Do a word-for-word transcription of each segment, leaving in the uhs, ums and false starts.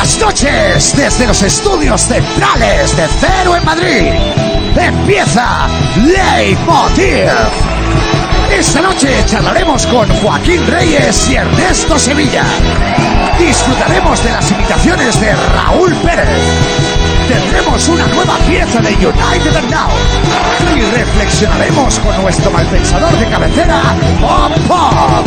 Buenas noches desde los estudios centrales de Cero en Madrid. Empieza Leitmotiv. Esta noche charlaremos con Joaquín Reyes y Ernesto Sevilla. Disfrutaremos de las imitaciones de Raúl Pérez. Tendremos una nueva pieza de United and Now. Y reflexionaremos con nuestro malpensador de cabecera, Bob Pop.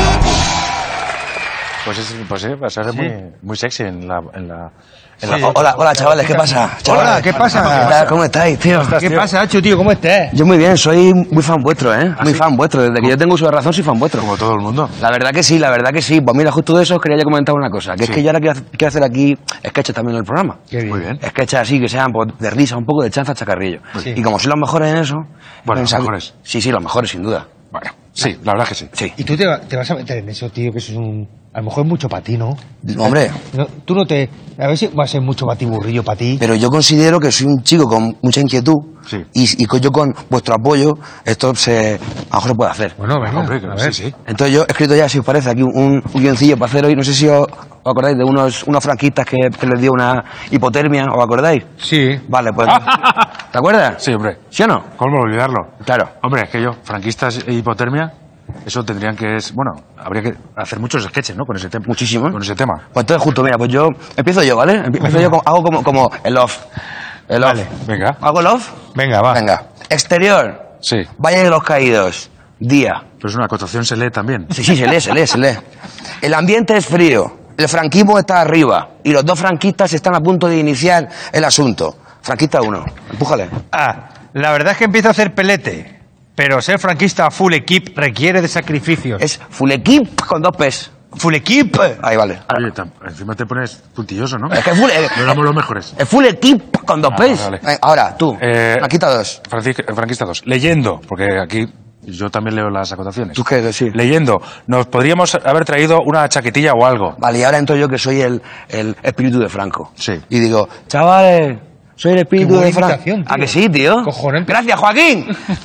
Pues, es, pues sí, va a ser sí. muy, muy sexy en la... En la, en sí. la... Hola, hola chavales, ¿qué pasa? Chavales. Hola, ¿qué pasa? ¿Qué tal? ¿Cómo estáis, tío? ¿Qué tío? pasa, Hachu, tío? ¿Cómo estás? Yo muy bien, soy muy fan vuestro, ¿eh? ¿Ah, muy sí? fan vuestro. Desde que yo tengo uso de razón soy fan vuestro. Como todo el mundo. La verdad que sí, la verdad que sí. Pues mira, justo de eso os quería ya comentar una cosa. Que sí. es que yo ahora quiero, quiero hacer aquí sketches también en el programa. Qué bien. Muy bien. Sketches así, que sean pues, de risa, un poco de chanza, chacarrillo. Sí. Y como soy los mejores en eso... Bueno, los mejores. Sí, sí, los mejores, sin duda. Bueno, sí, la verdad que sí. Sí. ¿Y tú te, te vas a meter en eso, tío? Que eso es un... A lo mejor es mucho para ti, ¿no? Hombre. No, tú no te... A ver si va a ser mucho batiburrillo para ti. Pero yo considero que soy un chico con mucha inquietud. Sí. Y, y con- yo con vuestro apoyo, esto se... A lo mejor se puede hacer. Bueno, venga, Hombre, a que ver. sí, sí. Entonces yo he escrito ya, si os parece, aquí un, un guioncillo para hacer hoy. No sé si os, os acordáis de unos, unos franquistas que, que les dio una hipotermia. ¿Os acordáis? Sí. Vale, pues... ¿Te acuerdas? Sí, hombre. ¿Sí o no? ¿Cómo olvidarlo? Claro. Hombre, es que yo, franquistas e hipotermia, eso tendrían que... Es, bueno, habría que hacer muchos sketches, ¿no? Con ese tema. Muchísimo. Con ese tema. Pues entonces justo, mira, pues yo... Empiezo yo, ¿vale? Empiezo yo, como, hago como, como el off. El off. Vale. Venga. ¿Hago el off? Venga, va. Venga. Exterior. Sí. Valle de los Caídos. Día. Pero es una acotación, se lee también. Sí, sí, se lee, se lee, se lee. El ambiente es frío, el franquismo está arriba y los dos franquistas están a punto de iniciar el asunto. Franquista uno, empújale. Ah, la verdad es que empiezo a hacer pelete. Pero ser franquista full equip requiere de sacrificios. Es full equip con dos P's. Full equip. Ahí vale. Oye, tam- encima te pones puntilloso, ¿no? Es que full, eh, No éramos los mejores. es full equip con dos Ah, P's. vale. Eh, Ahora, tú, Eh, franquista dos. Francis- Franquista dos. Leyendo, porque aquí yo también leo las acotaciones. ¿Tú qué decir? Leyendo, nos podríamos haber traído una chaquetilla o algo. Vale, y ahora entro yo que soy el, el espíritu de Franco. Sí. Y digo, chavales, soy el espíritu Qué buena de Franco. imitación, tío. ¿A que sí, tío? Cojonante. Gracias, Joaquín.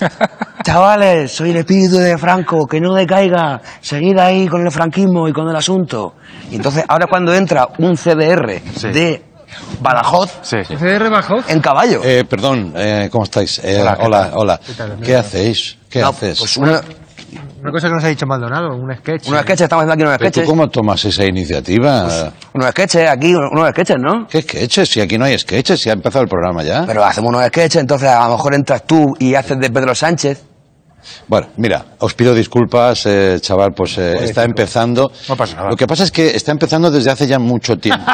Chavales, soy el espíritu de Franco, que no decaiga. Seguid ahí con el franquismo y con el asunto. Y entonces, ahora cuando entra un C D R Sí. de Badajoz Sí. ¿C D R bajo? en caballo. Eh, perdón, eh, ¿cómo estáis? Eh, Hola, hola, ¿qué hola. tal? ¿Qué hacéis? ¿Qué No, haces? pues una, Una cosa que nos ha dicho Maldonado, un sketch. unos sketches, estamos haciendo aquí unos ¿Pero tú sketches. cómo tomas esa iniciativa? Unos sketches, aquí, unos sketches, ¿no? ¿Qué sketches? Si aquí no hay sketches, si ha empezado el programa ya. Pero hacemos unos sketches, entonces a lo mejor entras tú y haces de Pedro Sánchez. Bueno, mira, os pido disculpas, eh, chaval, pues eh, está empezando. No pasa nada. Lo que pasa es que está empezando desde hace ya mucho tiempo.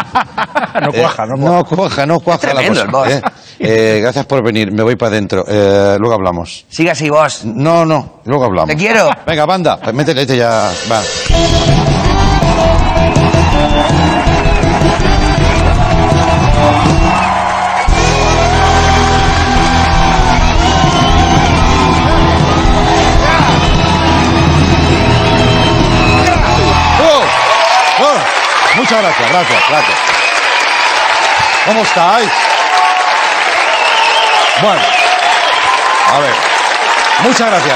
No cuaja, no Eh, no cuaja, no cuaja la tremendo el cosa. boss. eh. Eh, gracias por venir, me voy para adentro. Eh, luego hablamos. Sigue así, vos. No, no, luego hablamos. Te quiero. Venga, banda, pues métele este ya. Va. ¡Oh! ¡Oh! Muchas gracias, gracias, gracias. ¿Cómo estáis? Bueno, a ver, muchas gracias.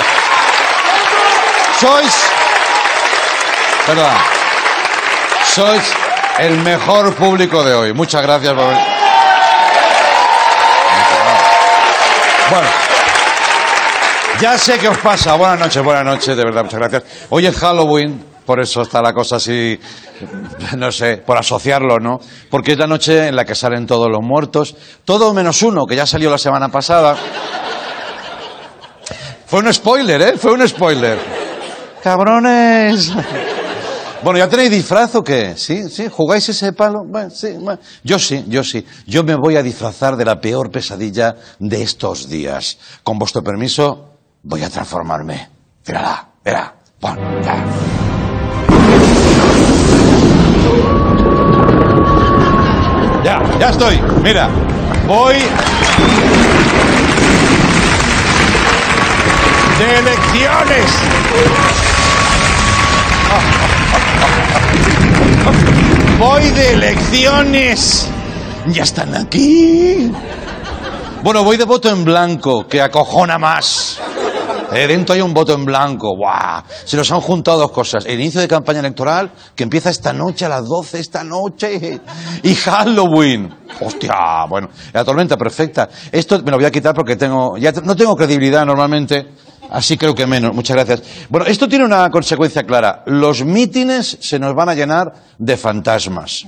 Sois, perdón, sois el mejor público de hoy. Muchas gracias por venir. Bueno, ya sé qué os pasa. Buenas noches, buenas noches, de verdad, muchas gracias. Hoy es Halloween, por eso está la cosa así, no sé, por asociarlo, ¿no? Porque es la noche en la que salen todos los muertos, todo menos uno, que ya salió la semana pasada. Fue un spoiler, ¿eh? Fue un spoiler. ¡Cabrones! Bueno, ¿ya tenéis disfraz o qué? ¿Sí? ¿Sí? ¿Jugáis ese palo? Bueno, sí, bueno. Yo sí, yo sí. Yo me voy a disfrazar de la peor pesadilla de estos días. Con vuestro permiso, voy a transformarme. Mírala, mira. Bueno, ya. Ya, ya estoy. Mira, voy de elecciones. Voy de elecciones. Ya están aquí. Bueno, voy de voto en blanco, que acojona más. Eh, dentro hay un voto en blanco. ¡Buah! Se nos han juntado dos cosas. El inicio de campaña electoral, que empieza esta noche a las doce, esta noche. Y Halloween. ¡Hostia! Bueno, la tormenta perfecta. Esto me lo voy a quitar porque tengo, ya no tengo credibilidad normalmente. Así creo que menos. Muchas gracias. Bueno, esto tiene una consecuencia clara. Los mítines se nos van a llenar de fantasmas.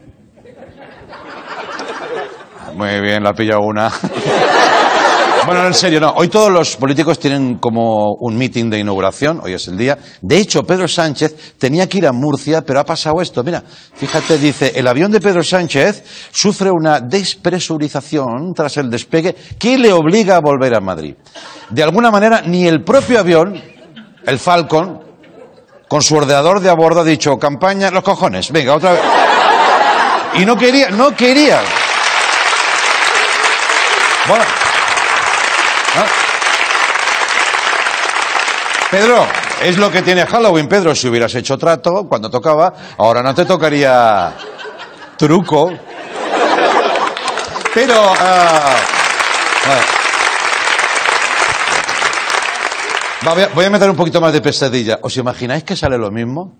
Muy bien, la pilla una. Bueno, en serio, no. Hoy todos los políticos tienen como un meeting de inauguración. Hoy es el día. De hecho, Pedro Sánchez tenía que ir a Murcia, pero ha pasado esto. Mira, fíjate, dice, el avión de Pedro Sánchez sufre una despresurización tras el despegue que le obliga a volver a Madrid. De alguna manera, ni el propio avión, el Falcon, con su ordenador de a bordo ha dicho, campaña, los cojones, venga, otra vez. Y no quería, no quería. Bueno. ¿Ah? Pedro, es lo que tiene Halloween, Pedro. Si hubieras hecho trato cuando tocaba, ahora no te tocaría truco. Pero... Uh, uh, va, voy, a, voy a meter un poquito más de pesadilla. ¿Os imagináis que sale lo mismo?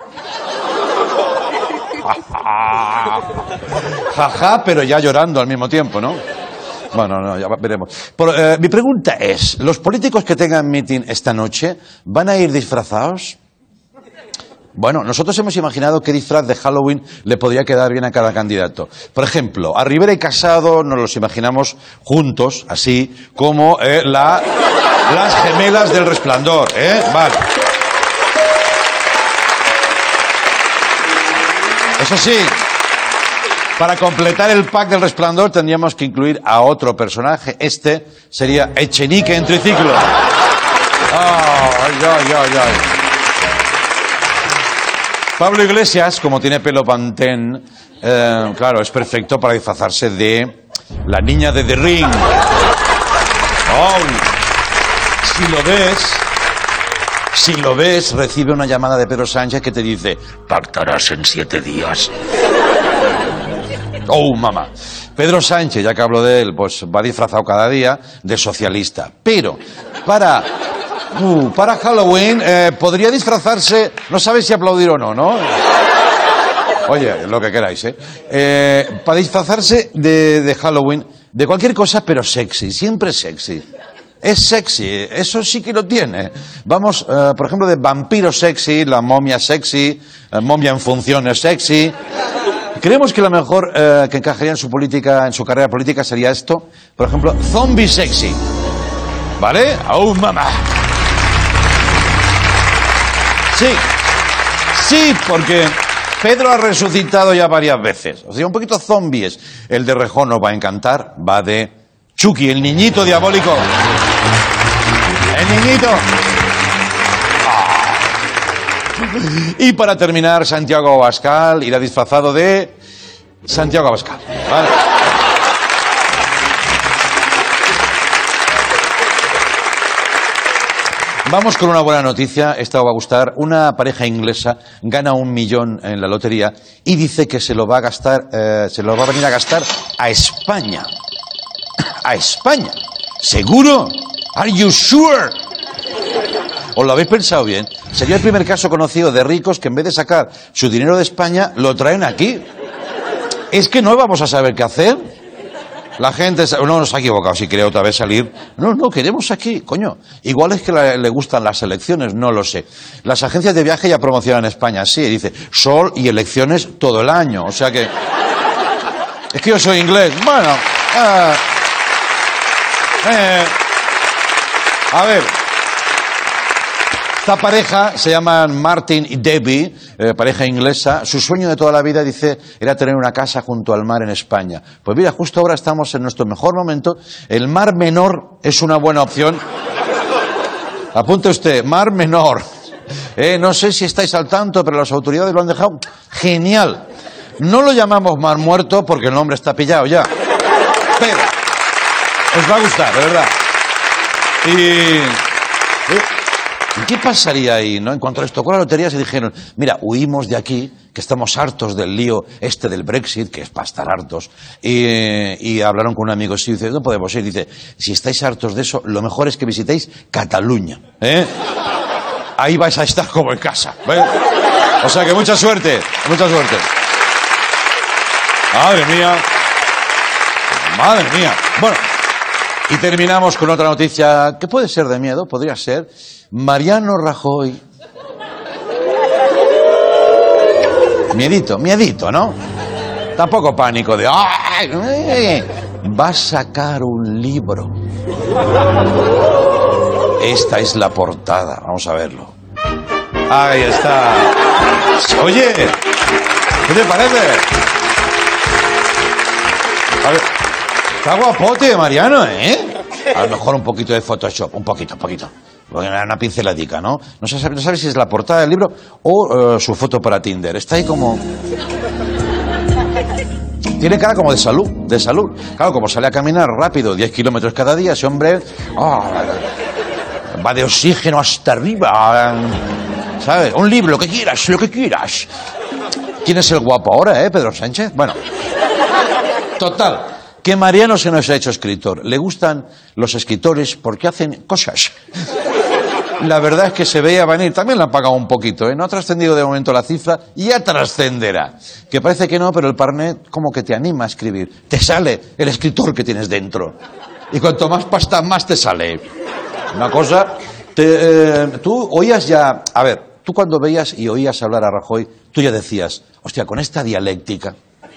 Jaja, pero ya llorando al mismo tiempo, ¿no? Bueno, no, ya veremos. Pero, eh, mi pregunta es, ¿los políticos que tengan meeting esta noche van a ir disfrazados? Bueno, nosotros hemos imaginado qué disfraz de Halloween le podría quedar bien a cada candidato. Por ejemplo, a Rivera y Casado nos los imaginamos juntos, así como eh, la, las gemelas del Resplandor, ¿eh? Vale. Eso sí, para completar el pack del Resplandor tendríamos que incluir a otro personaje. Este sería Echenique en triciclo. Oh, ay, ay, ay, ay. Pablo Iglesias, como tiene pelo pantén, eh, claro, es perfecto para disfrazarse de la niña de The Ring. Oh, si lo ves, si lo ves, recibe una llamada de Pedro Sánchez que te dice, pactarás en siete días. Oh, mamá. Pedro Sánchez, ya que hablo de él, pues va disfrazado cada día de socialista. Pero para, uh, para Halloween eh, podría disfrazarse, no sabes si aplaudir o no, ¿no? Oye, lo que queráis, ¿eh? eh para disfrazarse de, de Halloween, de cualquier cosa, pero sexy, siempre sexy. Es sexy, eso sí que lo tiene. Vamos, eh, por ejemplo, de vampiro sexy, la momia sexy, eh, momia en funciones sexy. Creemos que lo mejor eh, que encajaría en su política, en su carrera política sería esto. Por ejemplo, zombie sexy. ¿Vale? ¡Oh, mamá! Sí. Sí, porque Pedro ha resucitado ya varias veces. O sea, un poquito zombies. El de Rejón nos va a encantar. Va de Chucky, el niñito diabólico. El niñito. Y para terminar, Santiago Abascal irá disfrazado de Santiago Abascal. ¿Vale? Vamos con una buena noticia, esta os va a gustar. Una pareja inglesa gana un millón en la lotería y dice que se lo va a gastar, eh, se lo va a venir a gastar a España. A España. ¿Seguro? ¿Are you sure? ¿Os lo habéis pensado bien? Sería el primer caso conocido de ricos que en vez de sacar su dinero de España, lo traen aquí. Es que no vamos a saber qué hacer. La gente no nos ha equivocado si quiere otra vez salir. No, no, queremos aquí, coño. Igual es que la, le gustan las elecciones, no lo sé. Las agencias de viaje ya promocionan España, sí, dice sol y elecciones todo el año. O sea que... Es que yo soy inglés. Bueno... Uh, eh, a ver... Esta pareja se llaman Martin y Debbie, eh, pareja inglesa. Su sueño de toda la vida, dice, era tener una casa junto al mar en España. Pues mira, justo ahora estamos en nuestro mejor momento. El Mar Menor es una buena opción. Apunte usted, Mar Menor. Eh, no sé si estáis al tanto, pero las autoridades lo han dejado genial. No lo llamamos Mar Muerto porque el nombre está pillado ya. Pero os va a gustar, de verdad. Y... ¿Y qué pasaría ahí, no? En cuanto les tocó la lotería se dijeron, mira, huimos de aquí, que estamos hartos del lío este del Brexit, que es para estar hartos, y, y hablaron con un amigo y dice, no podemos ir, dice, si estáis hartos de eso, lo mejor es que visitéis Cataluña, ¿eh? Ahí vais a estar como en casa, ¿eh? O sea que mucha suerte, mucha suerte. Madre mía, madre mía. Bueno, y terminamos con otra noticia que puede ser de miedo, podría ser. Mariano Rajoy. Miedito, miedito, ¿no? Tampoco pánico de... ¡Ay! Va a sacar un libro. Esta es la portada, vamos a verlo. Ahí está. Oye, ¿qué te parece? A ver, está guapote, Mariano, ¿eh? A lo mejor un poquito de Photoshop, un poquito, un poquito. Una, una pinceladica, ¿no? No sabes no sabe si es la portada del libro o uh, su foto para Tinder. Está ahí como... Tiene cara como de salud, de salud. Claro, como sale a caminar rápido, diez kilómetros cada día, ese hombre... Oh, va de oxígeno hasta arriba. ¿Sabes? Un libro, lo que quieras, lo que quieras. ¿Quién es el guapo ahora, eh, Pedro Sánchez? Bueno... Total, que Mariano se nos ha hecho escritor. Le gustan los escritores porque hacen cosas. La verdad es que se veía venir. También le han pagado un poquito, ¿eh? No ha trascendido de momento la cifra y ya trascenderá. Que parece que no, pero el Parnet como que te anima a escribir. Te sale el escritor que tienes dentro. Y cuanto más pasta, más te sale. Una cosa... Te, eh, tú oías ya... A ver, tú cuando veías y oías hablar a Rajoy, tú ya decías, hostia, con esta dialéctica...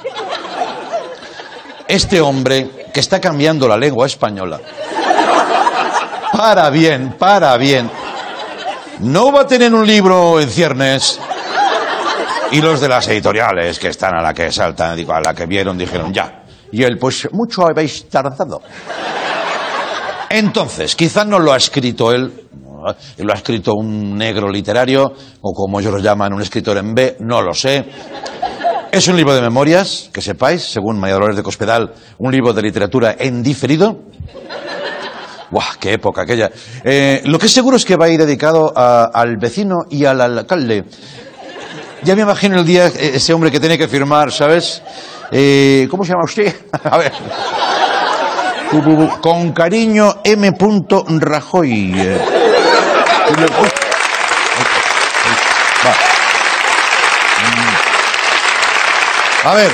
Este hombre que está cambiando la lengua española, para bien, para bien, no va a tener un libro en ciernes. Y los de las editoriales que están a la que saltan, digo, a la que vieron, dijeron ya. Y él, pues, mucho habéis tardado. Entonces, quizás no lo ha escrito él, lo ha escrito un negro literario, o como ellos lo llaman, un escritor en B, no lo sé. Es un libro de memorias, que sepáis, según María Dolores de Cospedal, un libro de literatura en diferido. ¡Buah, qué época aquella! Eh, lo que es seguro es que va a ir dedicado a, al vecino y al alcalde. Ya me imagino el día, ese hombre que tiene que firmar, ¿sabes? Eh, ¿Cómo se llama usted? A ver. Con cariño, M. Rajoy. Va. A ver,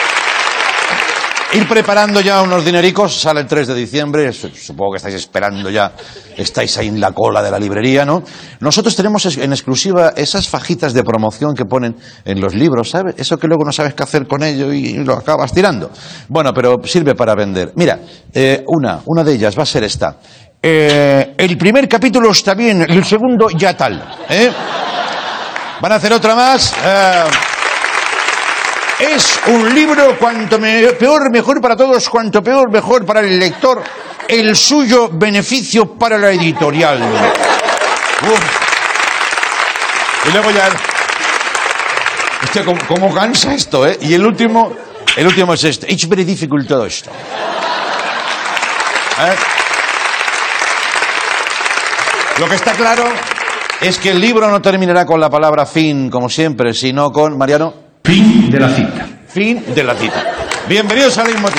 ir preparando ya unos dinericos, sale el tres de diciembre, supongo que estáis esperando ya, estáis ahí en la cola de la librería, ¿no? Nosotros tenemos en exclusiva esas fajitas de promoción que ponen en los libros, ¿sabes? Eso que luego no sabes qué hacer con ello y lo acabas tirando. Bueno, pero sirve para vender. Mira, eh, una, una de ellas va a ser esta. Eh, el primer capítulo está bien, el segundo ya tal, ¿eh? Van a hacer otra más. Eh, Es un libro cuanto me, peor, mejor para todos, cuanto peor, mejor para el lector, el suyo beneficio para la editorial. Uf. Y luego ya... Hostia, ¿cómo, cómo cansa esto, eh? Y el último, el último es este. It's very difficult todo esto. ¿Eh? Lo que está claro es que el libro no terminará con la palabra fin, como siempre, sino con, Mariano... Fin de la cita. Fin de la cita. Bienvenidos a Leitmotiv.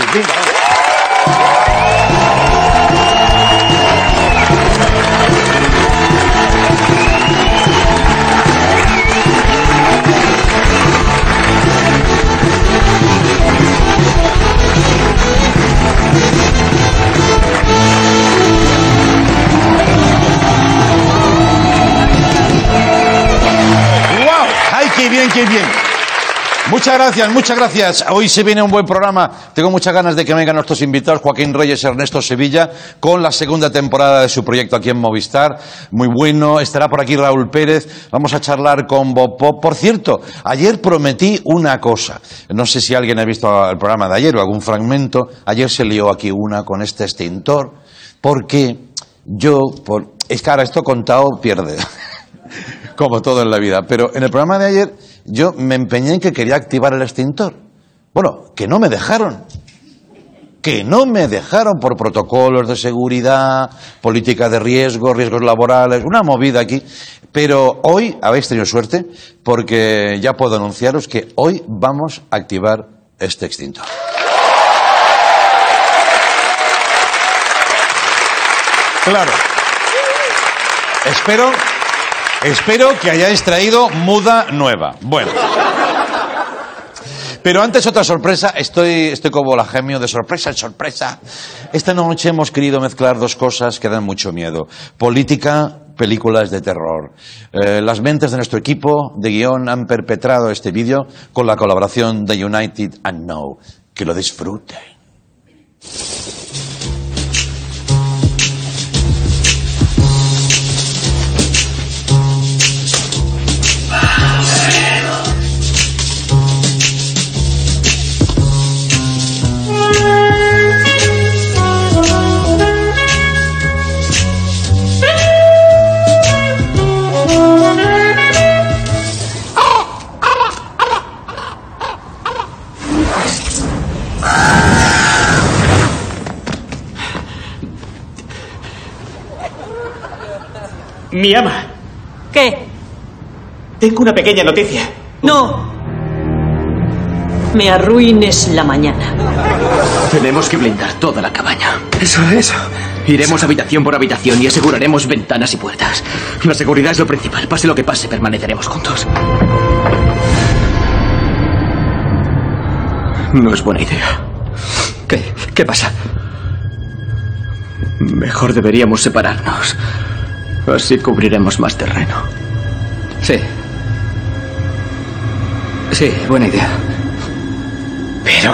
¡Wow! ¡Ay, qué bien, qué bien! Muchas gracias, muchas gracias. Hoy se viene un buen programa. Tengo muchas ganas de que vengan nuestros invitados, Joaquín Reyes, Ernesto Sevilla, con la segunda temporada de su proyecto aquí en Movistar. Muy bueno. Estará por aquí Raúl Pérez. Vamos a charlar con Bob Pop. Por cierto, ayer prometí una cosa. No sé si alguien ha visto el programa de ayer o algún fragmento. Ayer se lió aquí una con este extintor, porque yo, por... es que ahora esto contado pierde, como todo en la vida. Pero en el programa de ayer... yo me empeñé en que quería activar el extintor. Bueno, que no me dejaron. que no me dejaron por protocolos de seguridad, política de riesgo, riesgos laborales, una movida aquí. Pero hoy habéis tenido suerte porque ya puedo anunciaros que hoy vamos a activar este extintor. Claro. Espero, espero que hayáis traído muda nueva. Bueno. Pero antes otra sorpresa, estoy, estoy como la gemio de sorpresa en sorpresa. Esta noche hemos querido mezclar dos cosas que dan mucho miedo. Política, películas de terror. Eh, las mentes de nuestro equipo de guión han perpetrado este vídeo con la colaboración de United and Now. Que lo disfruten. Mi ama. ¿Qué? Tengo una pequeña noticia. No. Me arruines la mañana. Tenemos que blindar toda la cabaña. Eso, eso. Iremos habitación por habitación y aseguraremos ventanas y puertas. La seguridad es lo principal. Pase lo que pase, permaneceremos juntos. No es buena idea. ¿Qué? ¿Qué pasa? Mejor deberíamos separarnos. Así cubriremos más terreno. Sí. Sí, buena idea. Pero...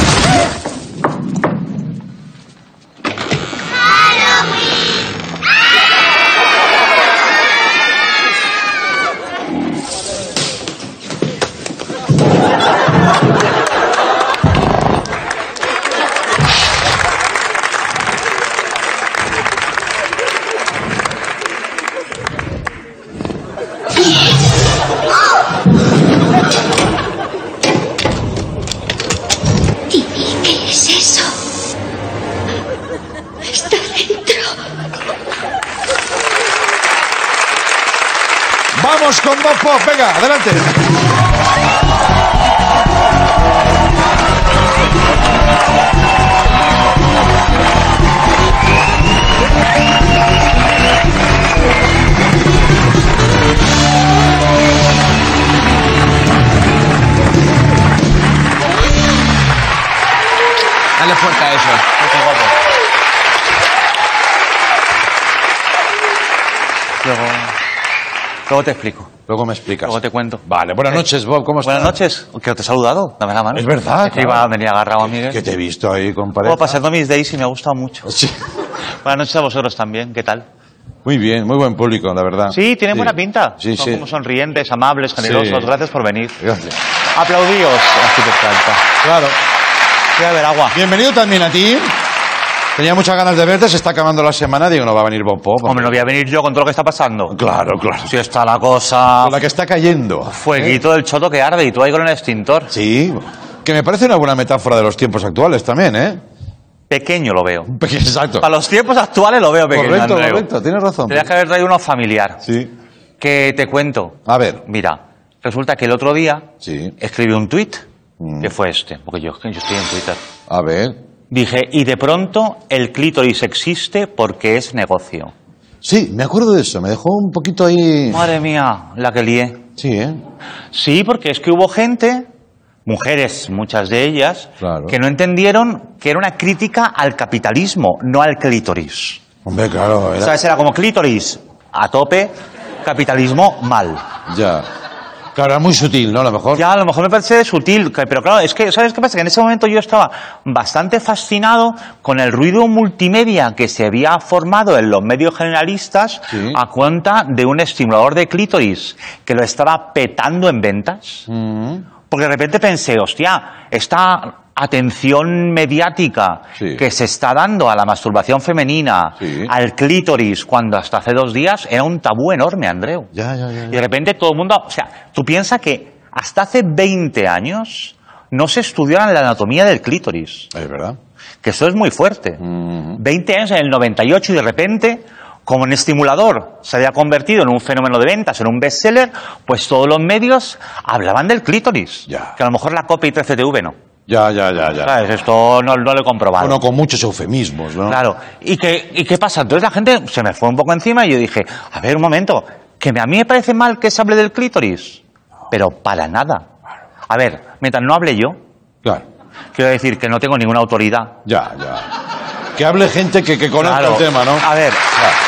Vamos con Bob Pop, venga, adelante. Dale fuerte a eso. Qué guapo. Luego, luego te explico. Luego me explicas. Luego te cuento. Vale, buenas noches, Bob, ¿cómo estás? Buenas noches. Que te he saludado. Dame la mano. Es verdad, Es que claro. iba, venía agarrado a Miguel. Que te he visto ahí con pareja. Luego pasando mis days y me ha gustado mucho. Sí. Buenas noches a vosotros también. ¿Qué tal? Muy bien, muy buen público, la verdad. Sí, tienen buena pinta. Sí, Son sí. como sonrientes, amables, generosos. Sí. Gracias por venir. Gracias. Aplaudíos. Así te encanta. Claro. Voy a beber agua. Bienvenido también a ti. Tenía muchas ganas de verte, se está acabando la semana, digo, no va a venir Bob Pop. Hombre, no voy a venir yo con todo lo que está pasando. Claro, claro. Si está la cosa... Con la que está cayendo. Fueguito del choto que arde y tú ahí con el extintor. Sí, que me parece una buena metáfora de los tiempos actuales también, ¿eh? Pequeño lo veo. Exacto. Para los tiempos actuales lo veo pequeño, Correcto, Andreu. correcto, tienes razón. Tendrías que haber traído uno familiar. Sí. Que te cuento. A ver. Mira, resulta que el otro día Sí. escribí un tuit, Mm. que fue este, porque yo, yo estoy en Twitter. A ver. Dije, y de pronto el clítoris existe porque es negocio. Sí, me acuerdo de eso, me dejó un poquito ahí... Madre mía, la que lié. Sí, ¿eh? Sí, porque es que hubo gente, mujeres, muchas de ellas, Claro. que no entendieron que era una crítica al capitalismo, no al clítoris. Hombre, claro, era... ¿Sabes? Era como clítoris a tope, capitalismo mal. Ya. Claro, era muy sutil, ¿no? A lo mejor... Ya, a lo mejor me parece sutil, que- pero claro, es que, ¿sabes qué pasa? Que en ese momento yo estaba bastante fascinado con el ruido multimedia que se había formado en los medios generalistas Sí. a cuenta de un estimulador de clítoris que lo estaba petando en ventas. Mm. Porque de repente pensé, hostia, esta atención mediática Sí. que se está dando a la masturbación femenina, Sí. al clítoris, cuando hasta hace dos días era un tabú enorme, Andreu. Ya, ya, ya. Y de repente todo el mundo... O sea, tú piensas que hasta hace veinte años no se estudiaba la anatomía del clítoris. Es verdad. Que eso es muy fuerte. Mm. veinte años en el noventa y ocho y de repente, como un estimulador se había convertido en un fenómeno de ventas, en un bestseller, pues todos los medios hablaban del clítoris. Ya. Que a lo mejor la COPE y trece T V no. Ya, ya, ya, ya. ¿Sabes? Esto no, no lo he comprobado. Bueno, con muchos eufemismos, ¿no? Claro. ¿Y qué, ¿Y qué pasa? Entonces la gente se me fue un poco encima y yo dije, a ver, un momento, que a mí me parece mal que se hable del clítoris, pero para nada. A ver, mientras no hable yo, Claro. quiero decir que no tengo ninguna autoridad. Ya, ya. Que hable gente que, que conozca Claro. el tema, ¿no? A ver.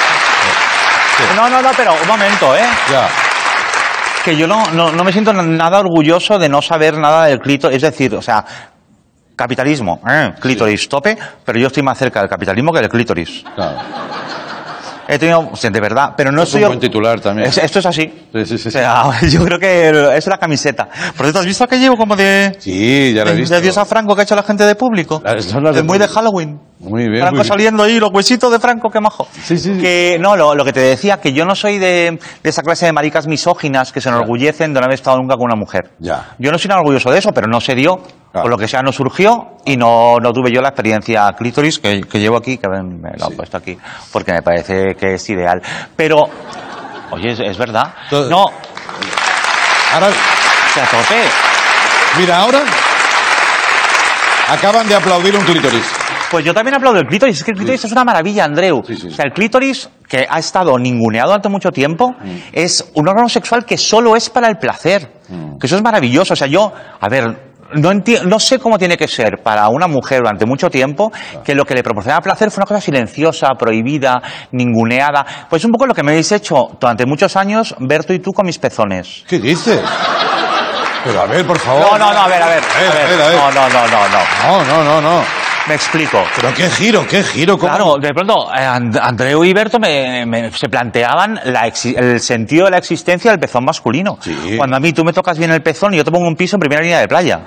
Ya. No, no, no, pero un momento, ¿eh? Ya. Que yo no, no, no me siento nada orgulloso de no saber nada del clítoris. Es decir, o sea, capitalismo, ¿eh? Clítoris tope, pero yo estoy más cerca del capitalismo que del clítoris. Claro. He tenido, o sea, de verdad, pero no Es soy un yo- buen titular también. Es- esto es así. Sí, sí, sí, O sea, yo creo que es la camiseta. Por cierto, ¿has visto que llevo como de, Sí, ya lo he de, visto. de Diosa Franco que ha hecho la gente de público? Ah, son las de Es muy de público. Halloween. Muy bien, Franco muy bien. saliendo ahí, los huesitos de Franco, qué majo. Sí, sí, sí. Que, no, lo, lo que te decía, que yo no soy de, de esa clase de maricas misóginas que se enorgullecen de no haber estado nunca con una mujer. Ya. Yo no soy nada orgulloso de eso, pero no se dio. Claro. Por lo que sea, no surgió y no, no tuve yo la experiencia clítoris que, que llevo aquí, que me lo he Sí. puesto aquí, porque me parece que es ideal. Pero, oye, es, es verdad. Todo- No, Ahora, se a tope. mira, ahora acaban de aplaudir un clítoris. Pues yo también aplaudo el clítoris. Es que el clítoris es una maravilla, Andreu. Sí, sí, sí. O sea, el clítoris, que ha estado ninguneado durante mucho tiempo, es un órgano sexual que solo es para el placer. Que eso es maravilloso. O sea, yo, a ver, no, enti- no sé cómo tiene que ser para una mujer durante mucho tiempo que lo que le proporcionaba placer fue una cosa silenciosa, prohibida, ninguneada. Pues un poco lo que me habéis hecho durante muchos años, Berto y tú con mis pezones. ¿Qué dices? Pero a ver, por favor. No, no, no, a ver, a ver. A ver, a ver. a ver, a ver. No, no, no, no, no. No, no, no, no. Me explico. Pero qué giro, qué giro. ¿cómo? Claro, de pronto eh, And- Andreu y Berto me, me- se planteaban la exi- el sentido de la existencia del pezón masculino. Sí. Cuando a mí tú me tocas bien el pezón y yo te pongo un piso en primera línea de playa.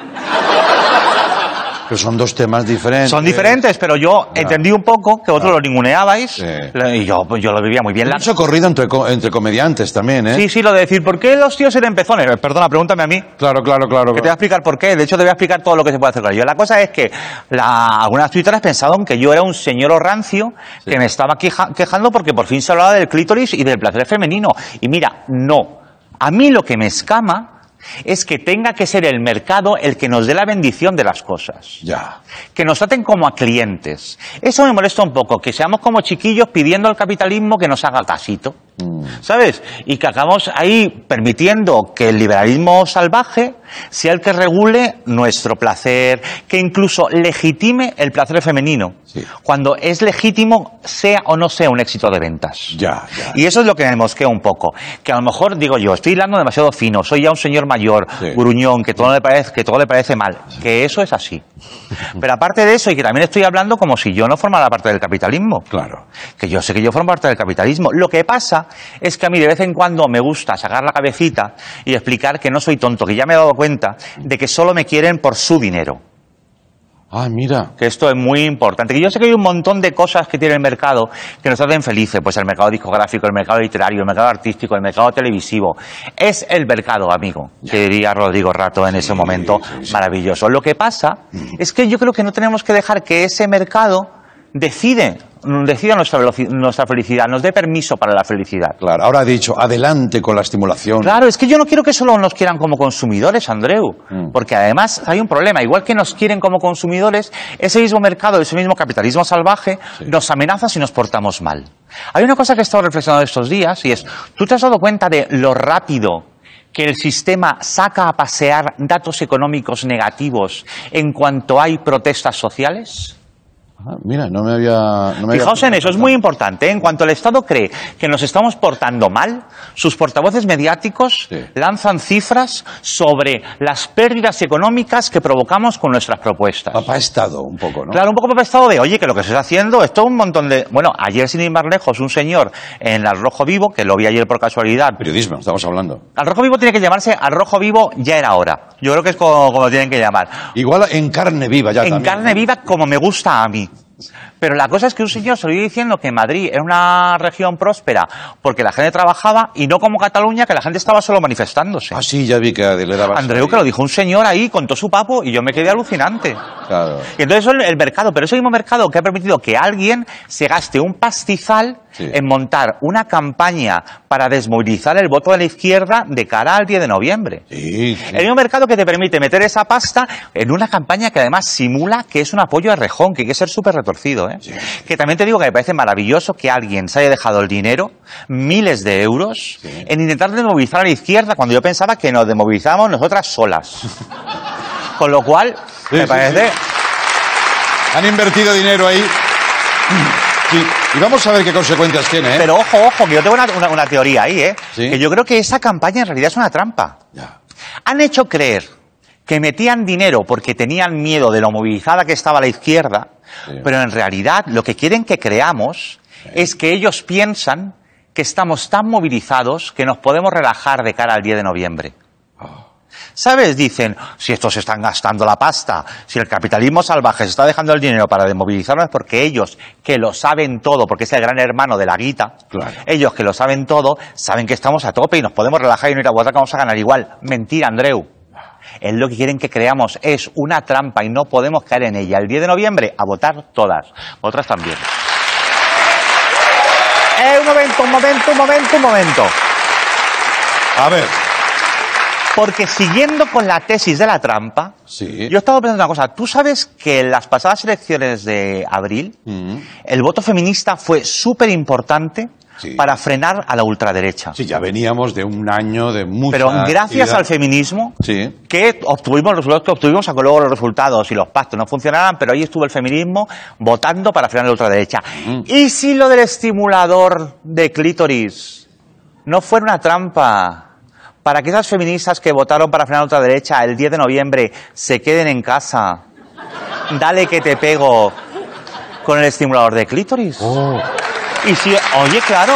Pero son dos temas diferentes. Son diferentes, pero yo entendí un poco que vosotros lo ninguneabais Sí. y yo, pues, yo lo vivía muy bien. La- Mucho corrido entre, co- entre comediantes también, ¿eh? Sí, sí, lo de decir, ¿por qué los tíos eran pezones? Eh, Perdona, pregúntame a mí. Claro, claro, claro. Que te voy a explicar por qué. De hecho, te voy a explicar todo lo que se puede hacer con ello. La cosa es que la, algunas tuiteras pensaban que yo era un señor rancio que me estaba queja- quejando porque por fin se hablaba del clítoris y del placer femenino. Y mira, no. A mí lo que me escama es que tenga que ser el mercado el que nos dé la bendición de las cosas. Ya. Que nos traten como a clientes. Eso me molesta un poco, que seamos como chiquillos pidiendo al capitalismo que nos haga casito. ¿Sabes? Y que acabamos ahí permitiendo que el liberalismo salvaje sea el que regule nuestro placer, que incluso legitime el placer femenino, Sí. cuando es legítimo sea o no sea un éxito de ventas. Ya, ya. Y eso es lo que me mosquea un poco. Que a lo mejor, digo yo, estoy hilando demasiado fino, soy ya un señor mayor, Sí. gruñón, que todo le parece, que todo le parece mal. Que eso es así. Pero aparte de eso, y que también estoy hablando como si yo no formara parte del capitalismo. Claro. Que yo sé que yo formo parte del capitalismo. Lo que pasa es que a mí de vez en cuando me gusta sacar la cabecita y explicar que no soy tonto, que ya me he dado cuenta de que solo me quieren por su dinero. Ah, mira. Que esto es muy importante. Que yo sé que hay un montón de cosas que tiene el mercado que nos hacen felices. Pues el mercado discográfico, el mercado literario, el mercado artístico, el mercado televisivo. Es el mercado, amigo, que diría Rodrigo Rato en ese momento maravilloso. Lo que pasa es que yo creo que no tenemos que dejar que ese mercado decide, decida nuestra, veloci- nuestra felicidad, nos dé permiso para la felicidad. Claro. Ahora ha dicho, adelante con la estimulación. Claro, es que yo no quiero que solo nos quieran como consumidores, Andreu, porque además hay un problema. Igual que nos quieren como consumidores, ese mismo mercado, ese mismo capitalismo salvaje nos amenaza si nos portamos mal. Hay una cosa que he estado reflexionando estos días y es, ¿tú te has dado cuenta de lo rápido que el sistema saca a pasear datos económicos negativos en cuanto hay protestas sociales? Ah, mira, no me había... No me había Fijaos en eso, es muy importante. ¿eh? En cuanto el Estado cree que nos estamos portando mal, sus portavoces mediáticos Sí. lanzan cifras sobre las pérdidas económicas que provocamos con nuestras propuestas. Papá Estado, un poco, ¿no? Claro, un poco papá Estado de, oye, que lo que se está haciendo es todo un montón de... Bueno, ayer sin ir más lejos, un señor en Al Rojo Vivo, que lo vi ayer por casualidad. Periodismo, estamos hablando. Al Rojo Vivo tiene que llamarse Al Rojo Vivo ya era hora. Yo creo que es como, como lo tienen que llamar. Igual en carne viva ya En también. carne ¿no? viva como me gusta a mí. Pero la cosa es que un señor se lo iba diciendo que Madrid era una región próspera porque la gente trabajaba y no como Cataluña, que la gente estaba solo manifestándose. Ah, sí, ya vi que le daba... Andreu, que lo dijo un señor ahí con todo su papo y yo me quedé alucinante. Claro. Y entonces el, el mercado, pero ese mismo mercado que ha permitido que alguien se gaste un pastizal Sí. en montar una campaña para desmovilizar el voto de la izquierda de cara al diez de noviembre. Sí, sí. El mismo mercado que te permite meter esa pasta en una campaña que además simula que es un apoyo a Rejón, que hay que ser súper retorcido, ¿eh? Sí. Que también te digo que me parece maravilloso que alguien se haya dejado el dinero, miles de euros, Sí. en intentar desmovilizar a la izquierda cuando yo pensaba que nos desmovilizábamos nosotras solas. Con lo cual, Sí, me sí, parece... sí. Han invertido dinero ahí. Sí. Y vamos a ver qué consecuencias tiene, ¿eh? Pero ojo, ojo, que yo tengo una, una- una teoría ahí, ¿eh? Sí. Que yo creo que esa campaña en realidad es una trampa. Ya. Han hecho creer que metían dinero porque tenían miedo de lo movilizada que estaba la izquierda, Sí. pero en realidad lo que quieren que creamos es que ellos piensan que estamos tan movilizados que nos podemos relajar de cara al diez de noviembre. ¿Sabes? Dicen, si estos están gastando la pasta, si el capitalismo salvaje se está dejando el dinero para desmovilizarnos es porque ellos, que lo saben todo, porque es el gran hermano de la guita, Claro. ellos que lo saben todo, saben que estamos a tope y nos podemos relajar y no ir a votar que vamos a ganar igual. Mentira, Andreu. Es lo que quieren que creamos, es una trampa y no podemos caer en ella. El diez de noviembre, a votar todas, otras también. Eh, un momento, un momento, un momento, un momento. A ver. Porque siguiendo con la tesis de la trampa, Sí. yo estaba pensando una cosa. ¿Tú sabes que en las pasadas elecciones de abril, Mm. el voto feminista fue súper importante Sí. para frenar a la ultraderecha? Sí, ya veníamos de un año de mucha Pero gracias actividad. al feminismo, Sí. que obtuvimos los resultados que obtuvimos, aunque luego los resultados y los pactos no funcionaran, pero ahí estuvo el feminismo votando para frenar a la ultraderecha. Mm. ¿Y si lo del estimulador de clítoris no fuera una trampa para que esas feministas que votaron para frenar a la ultraderecha el diez de noviembre se queden en casa? Dale que te pego con el estimulador de clítoris. Oh. Y si, oye, claro.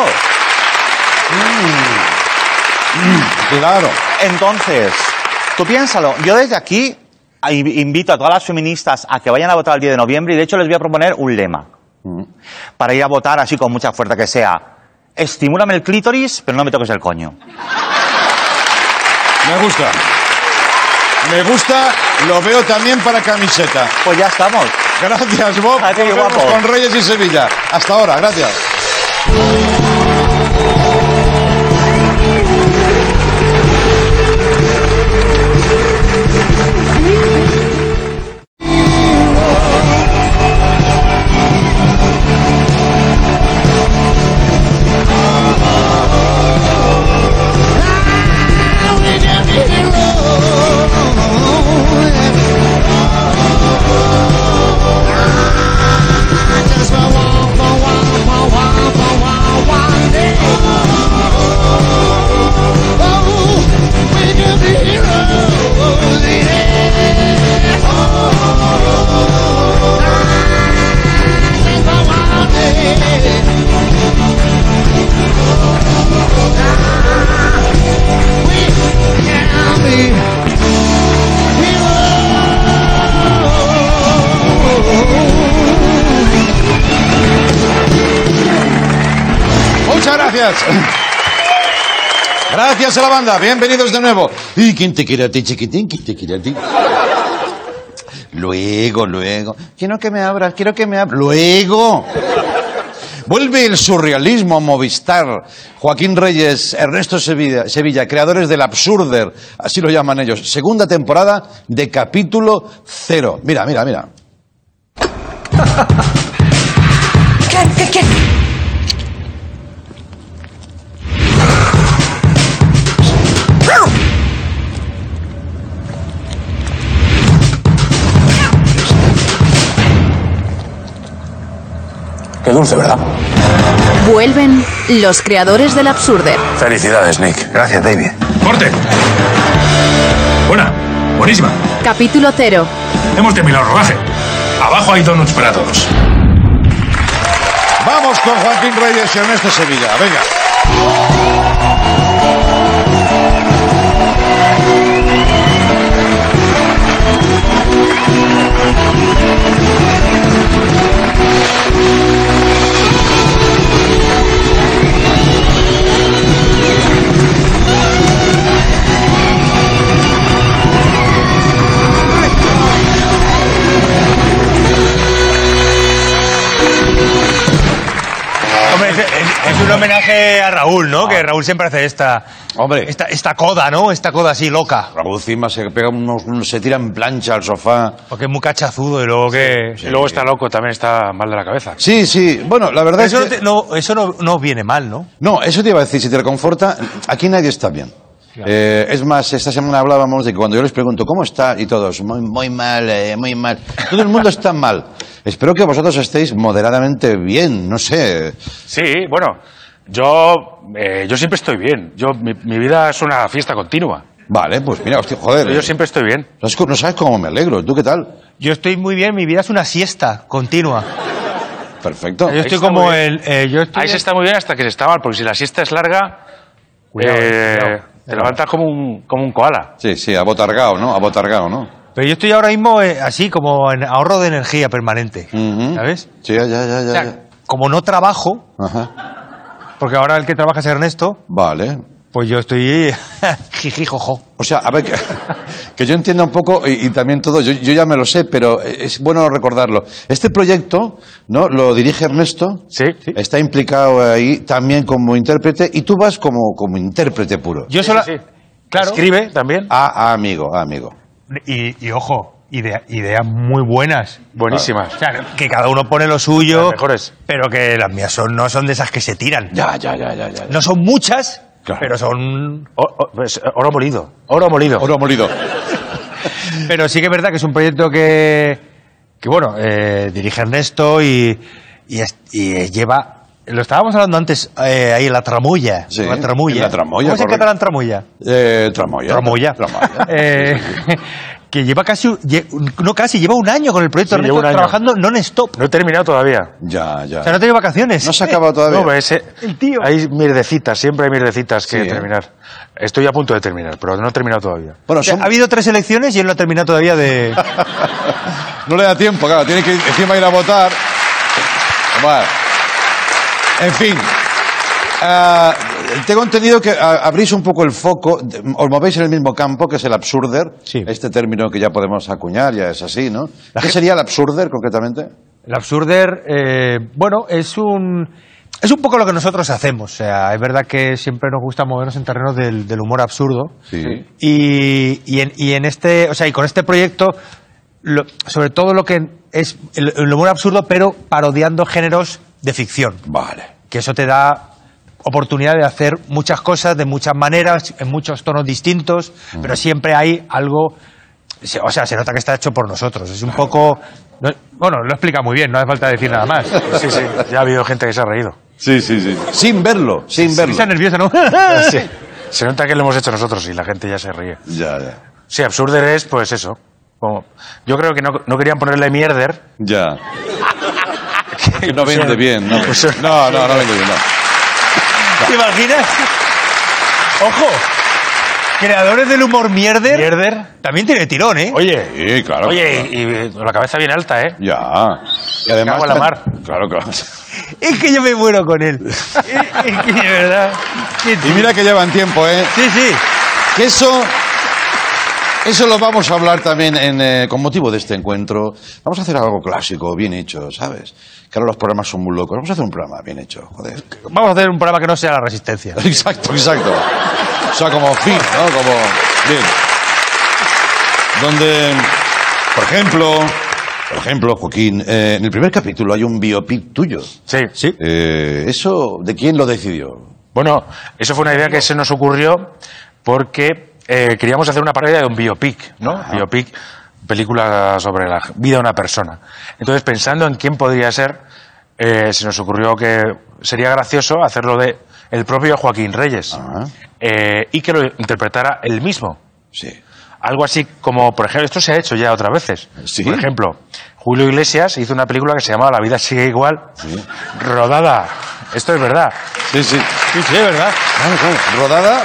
Claro. Entonces, tú piénsalo. Yo desde aquí a- invito a todas las feministas a que vayan a votar el diez de noviembre y de hecho les voy a proponer un lema para ir a votar así con mucha fuerza que sea: estimúlame el clítoris, pero no me toques el coño. Me gusta. Me gusta, lo veo también para camiseta. Pues ya estamos. Gracias, Bob. Ah, qué Nos vemos guapo. con Reyes y Sevilla. Hasta ahora, gracias. Muchas gracias. Gracias a la banda, bienvenidos de nuevo. ¿Y quién te quiere a ti, chiquitín? ¿Quién te quiere a ti? Luego, luego. Quiero que me abras, quiero que me abras. Luego. Vuelve el surrealismo a Movistar. Joaquín Reyes, Ernesto Sevilla, Sevilla, creadores del Absurder, así lo llaman ellos. Segunda temporada de capítulo cero. Mira, mira, mira. ¿Qué, qué, qué? Qué dulce, ¿verdad? Vuelven los creadores del Absurder. Felicidades, Nick. Gracias, David. ¡Corte! Buena, buenísima. Capítulo cero. Hemos terminado el rodaje. Abajo hay donuts para todos. Vamos con Joaquín Reyes y Ernesto Sevilla. Venga. Es un homenaje a Raúl, ¿no? Que Raúl siempre hace esta... Hombre. Esta, esta coda, ¿no? Esta coda así loca. Raúl Cima se pega unos, unos- se tira en plancha al sofá. Porque es muy cachazudo y luego que... Y luego está loco, también está mal de la cabeza. Sí, sí. Bueno, la verdad Eso, es no, que... te- no, eso no, no viene mal, ¿no? No, eso te iba a decir, si te reconforta, aquí nadie está bien. Eh, es más, esta semana hablábamos de que cuando yo les pregunto cómo está y todos, muy, muy mal, eh, muy mal. Todo el mundo está mal. Espero que vosotros estéis moderadamente bien, no sé. Sí, bueno, yo, eh, yo siempre estoy bien. Yo, mi, mi vida es una fiesta continua. Vale, pues mira, hostia, joder. Yo siempre estoy bien. No sabes- no sabes cómo me alegro. ¿Tú qué tal? Yo estoy muy bien, mi vida es una siesta continua. Perfecto. Yo estoy está como muy el... eh, yo estoy Ahí se está muy bien hasta que se está mal, porque si la siesta es larga, Cuidado, eh, cuidado. te levantas como un, como un koala. Sí, sí, abotargado, ¿no? Abotargado, ¿no? Pero yo estoy ahora mismo eh, así, como en ahorro de energía permanente. Ujú. ¿Sabes? Sí, ya, ya, ya. O sea, ya. como no trabajo, Ajá. porque ahora el que trabaja es Ernesto, Vale. pues yo estoy jiji, jojo. O sea, a ver, que, que yo entienda un poco y, y también todo, yo, yo ya me lo sé, pero es bueno recordarlo. Este proyecto, ¿no? Lo dirige Ernesto. Sí. Está implicado ahí también como intérprete y tú vas como, como intérprete puro. Yo solo... sí, sí. Claro. Escribe también. Ah, ah, amigo, ah, amigo. Y, y ojo, idea- ideas muy buenas. Buenísimas. O sea, que cada uno pone lo suyo, Las mejores. pero que las mías son, no son de esas que se tiran. Ya, ya, ya, ya, ya. No son muchas, Claro. pero son... O- o- pues, oro molido. Oro molido. Oro molido. Pero sí que es verdad que es un proyecto que, que bueno, eh, dirige Ernesto y, y, es- y lleva... Lo estábamos hablando antes, eh, ahí en la tramulla. Sí, la tramulla. en la tramulla, ¿Cómo se correcto. catalán tramulla? Eh, tramoya. Tramoya. Tramoya. Eh, que lleva casi, lle- no casi, lleva un año con el proyecto Sí, Ernesto lleva un año. trabajando non-stop. No he terminado todavía. Ya, ya. O sea, no ha tenido vacaciones. No se ha acabado todavía. No, pues, ese- El tío. Hay mierdecitas, siempre hay mierdecitas que Sí, ¿eh? terminar. Estoy a punto de terminar, pero no he terminado todavía. Bueno, O sea, son- ha habido tres elecciones y él no ha terminado todavía de... No le da tiempo, claro, tiene que encima ir a votar. Bueno. En fin. Ah, tengo entendido que ah, abrís un poco el foco, de- os movéis en el mismo campo que es el absurder. Sí. Este término que ya podemos acuñar, ya es así, ¿no? ¿Qué sería el absurder concretamente? El absurder, eh, bueno, es un... Es un poco lo que nosotros hacemos. O sea, es verdad que siempre nos gusta movernos en terrenos del, del humor absurdo. Sí. Y, y, en, y en este, o sea, y con este proyecto, lo- sobre todo lo que es el, el humor absurdo, pero parodiando géneros de ficción. Vale. Que eso te da oportunidad de hacer muchas cosas de muchas maneras, en muchos tonos distintos, pero siempre hay algo, se- o sea, se nota que está hecho por nosotros. Es un poco, no- bueno, lo explica muy bien, no hace falta decir nada más. Sí, sí, ya ha habido gente que se ha reído. Sí, sí, sí. Sin verlo, sin verlo. Risa nerviosa, ¿no? Sí. Se nota que lo hemos hecho nosotros y la gente ya se ríe. Ya, ya. Sí, absurder es, pues eso. Como- yo creo que no, no querían ponerle mierder. Ya. Que no vende Pusieron- bien, ¿no? pusieron- No, no, no vende bien, no. ¿Te imaginas? ¡Ojo! Creadores del humor mierder. Mierder. También tiene tirón, ¿eh? Oye, Sí, claro. oye, y, y con la cabeza bien alta, ¿eh? Ya. Y además. Cago en la mar. Claro, claro. Es que yo me muero con él. es, es que de verdad. Y mira que llevan tiempo, ¿eh? Sí, sí. Que eso. Eso lo vamos a hablar también en, eh, con motivo de este encuentro. Vamos a hacer algo clásico, bien hecho, ¿sabes? Que ahora los programas son muy locos. Vamos a hacer un programa bien hecho, joder. Vamos a hacer un programa que no sea la resistencia. Exacto, exacto. O sea, como fin, ¿no? Como. Bien. Donde, por ejemplo, por ejemplo, Joaquín, eh, en el primer capítulo hay un biopic tuyo. Sí. Sí. Eh, ¿Eso de quién lo decidió? Bueno, eso fue una idea que se nos ocurrió porque eh, queríamos hacer una parodia de un biopic, ¿no? Ajá. Biopic, película sobre la vida de una persona. Entonces, pensando en quién podría ser, eh, se nos ocurrió que sería gracioso hacerlo de el propio Joaquín Reyes Ajá. eh, y que lo interpretara él mismo. Sí. Algo así como, por ejemplo, esto se ha hecho ya otras veces. ¿Sí? Por ejemplo, Julio Iglesias hizo una película que se llamaba La vida sigue igual, Sí. rodada. Esto es verdad. Sí, sí. Sí, sí, es verdad. Claro, claro. Rodada.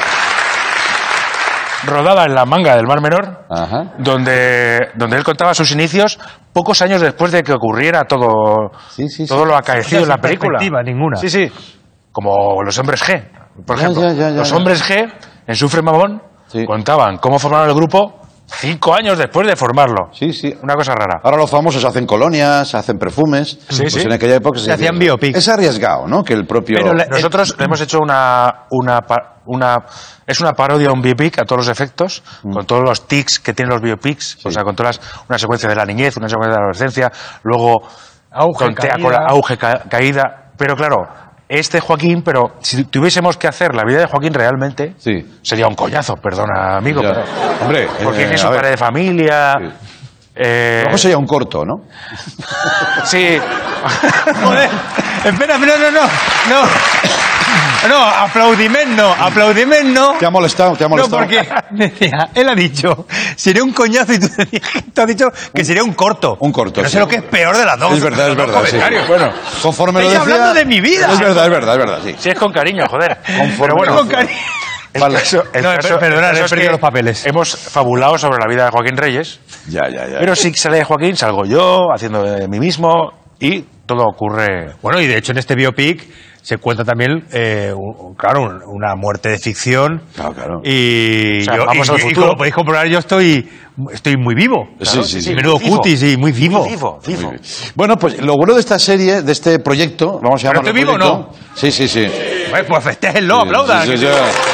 Rodada en la manga del Mar Menor, Ajá. donde, donde él contaba sus inicios pocos años después de que ocurriera todo, Sí, sí, sí. todo lo acaecido O sea, en la sin película. perspectiva ninguna. Sí, sí. Como los hombres G, por Ya, ejemplo. ya, ya, ya, los ya. hombres G, en Sufre Mamón, Sí. contaban cómo formaron el grupo cinco años después de formarlo. Sí, sí. Una cosa rara. Ahora los famosos hacen colonias, hacen perfumes. Sí, pues sí. en aquella época se, Se hacían biopics. Es arriesgado, ¿no? Que el propio... Pero le- nosotros hemos hecho una, una, pa- una... Es una parodia, un biopic a todos los efectos, Mm. con todos los tics que tienen los biopics, o sea, con todas las, una secuencia de la niñez, una secuencia de la adolescencia, luego Auge, tontea caída. con la auge, ca- caída. Pero claro, este Joaquín, pero si tuviésemos que hacer la vida de Joaquín realmente, Sí. sería un coñazo, perdona, amigo. Ya. Pero, Hombre, porque eh, es a un ver. padre de familia. Sí. eh, A lo mejor sería un corto, ¿no? sí. Joder, espera, no, no, no, no. No, aplaudiment no, aplaudiment no. ¿Te ha molestado? ¿Te ha No, molestado? porque decía, él ha dicho, sería un coñazo y tú, tú has dicho que sería un corto. Un corto, No sí. sé lo que es peor de las dos. Es verdad, es Los verdad. Sí. comentarios. Bueno, conforme lo Estoy decía... hablando de mi vida. Es verdad, es verdad, es verdad, sí. Sí, es con cariño, joder. Conforme Pero bueno, Con cariño. el Vale. caso, el No, caso- perdona, el caso he es perdido que los papeles. Hemos fabulado sobre la vida de Joaquín Reyes, Ya, ya, ya. pero si sale de Joaquín, salgo yo, haciendo de mí mismo, y todo ocurre... Bueno, y de hecho en este biopic se cuenta también, eh, un- claro, un- una muerte de ficción. Claro, claro. Y, O sea, yo- vamos y- al y futuro. como podéis comprobar, yo estoy, estoy muy vivo. Sí, sí, sí. Menudo Vivo. cutis y muy vivo. Muy vivo, vivo. Bueno, pues lo bueno de esta serie, de este proyecto, vamos a ¿Pero llamarlo estoy vivo o proyecto. no? Sí, sí, sí. Pues, pues festéjenlo, Sí, aplaudan. sí, sí, sí.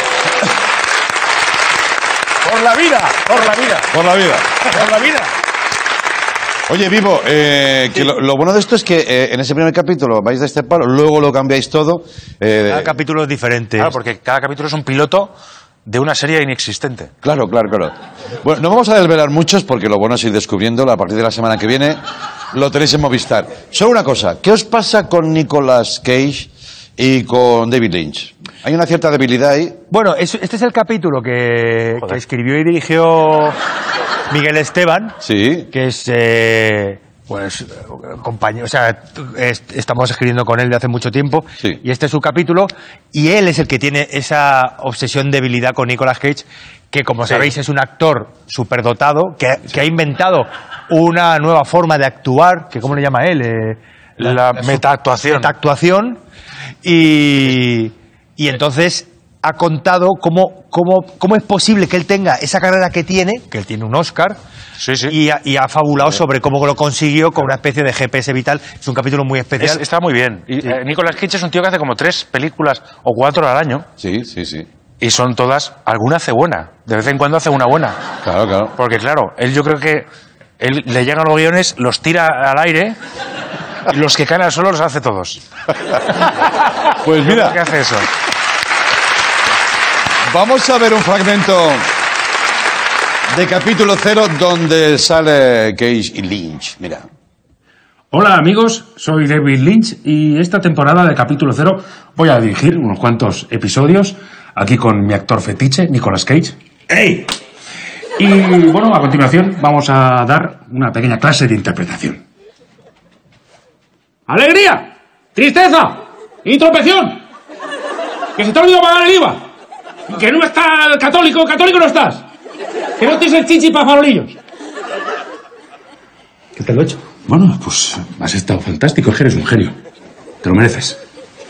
¡Por la vida! ¡Por la vida! Por la vida. ¡Por la vida! Oye, Vivo, eh, que lo, lo bueno de esto es que eh, en ese primer capítulo vais de este palo, luego lo cambiáis todo. eh, Cada capítulo es diferente. Claro, porque cada capítulo es un piloto de una serie inexistente. Claro, claro, claro. Bueno, no vamos a desvelar muchos porque lo bueno es ir descubriéndolo a partir de la semana que viene. Lo tenéis en Movistar. Solo una cosa, ¿qué os pasa con Nicolas Cage y con David Lynch? Hay una cierta debilidad ahí. Bueno, es- este es el capítulo que, que escribió y dirigió Miguel Esteban, Sí. que es, eh, pues, compañero, o sea, es- estamos escribiendo con él de hace mucho tiempo, Sí. y este es su capítulo, y él es el que tiene esa obsesión, debilidad con Nicolas Cage, que como sabéis es un actor superdotado, que, que ha inventado una nueva forma de actuar, que ¿cómo le llama él? Eh, La metaactuación. Metaactuación, y, y entonces ha contado cómo, cómo, cómo es posible que él tenga esa carrera que tiene, que él tiene un Oscar, Sí, sí. y, ha, y ha fabulado sobre cómo lo consiguió con una especie de G P S vital. Es un capítulo muy especial. Es- está muy bien. Y, eh, Nicolas Cage es un tío que hace como tres películas o cuatro al año, Sí, sí, sí. y son todas, alguna hace buena. De vez en cuando hace una buena. Claro, claro. Porque claro, él yo creo que él le llegan los guiones, los tira al aire, y los que caen al suelo los hace todos. Pues Yo creo mira, que hace eso. vamos a ver un fragmento de capítulo cero donde sale Cage y Lynch. Mira. Hola amigos, soy David Lynch y esta temporada de Capítulo Cero voy a dirigir unos cuantos episodios aquí con mi actor fetiche, Nicolas Cage. ¡Ey! Y bueno, a continuación vamos a dar una pequeña clase de interpretación. ¡Alegría! ¡Tristeza! ¡Introspección! ¡Que se te ha olvidado pagar el I V A! ¡Que no está el católico! ¡Católico no estás! ¡Que no tienes el chichi para farolillos! ¿Qué te lo he hecho? Bueno, pues has estado fantástico, es que eres un genio. Te lo mereces.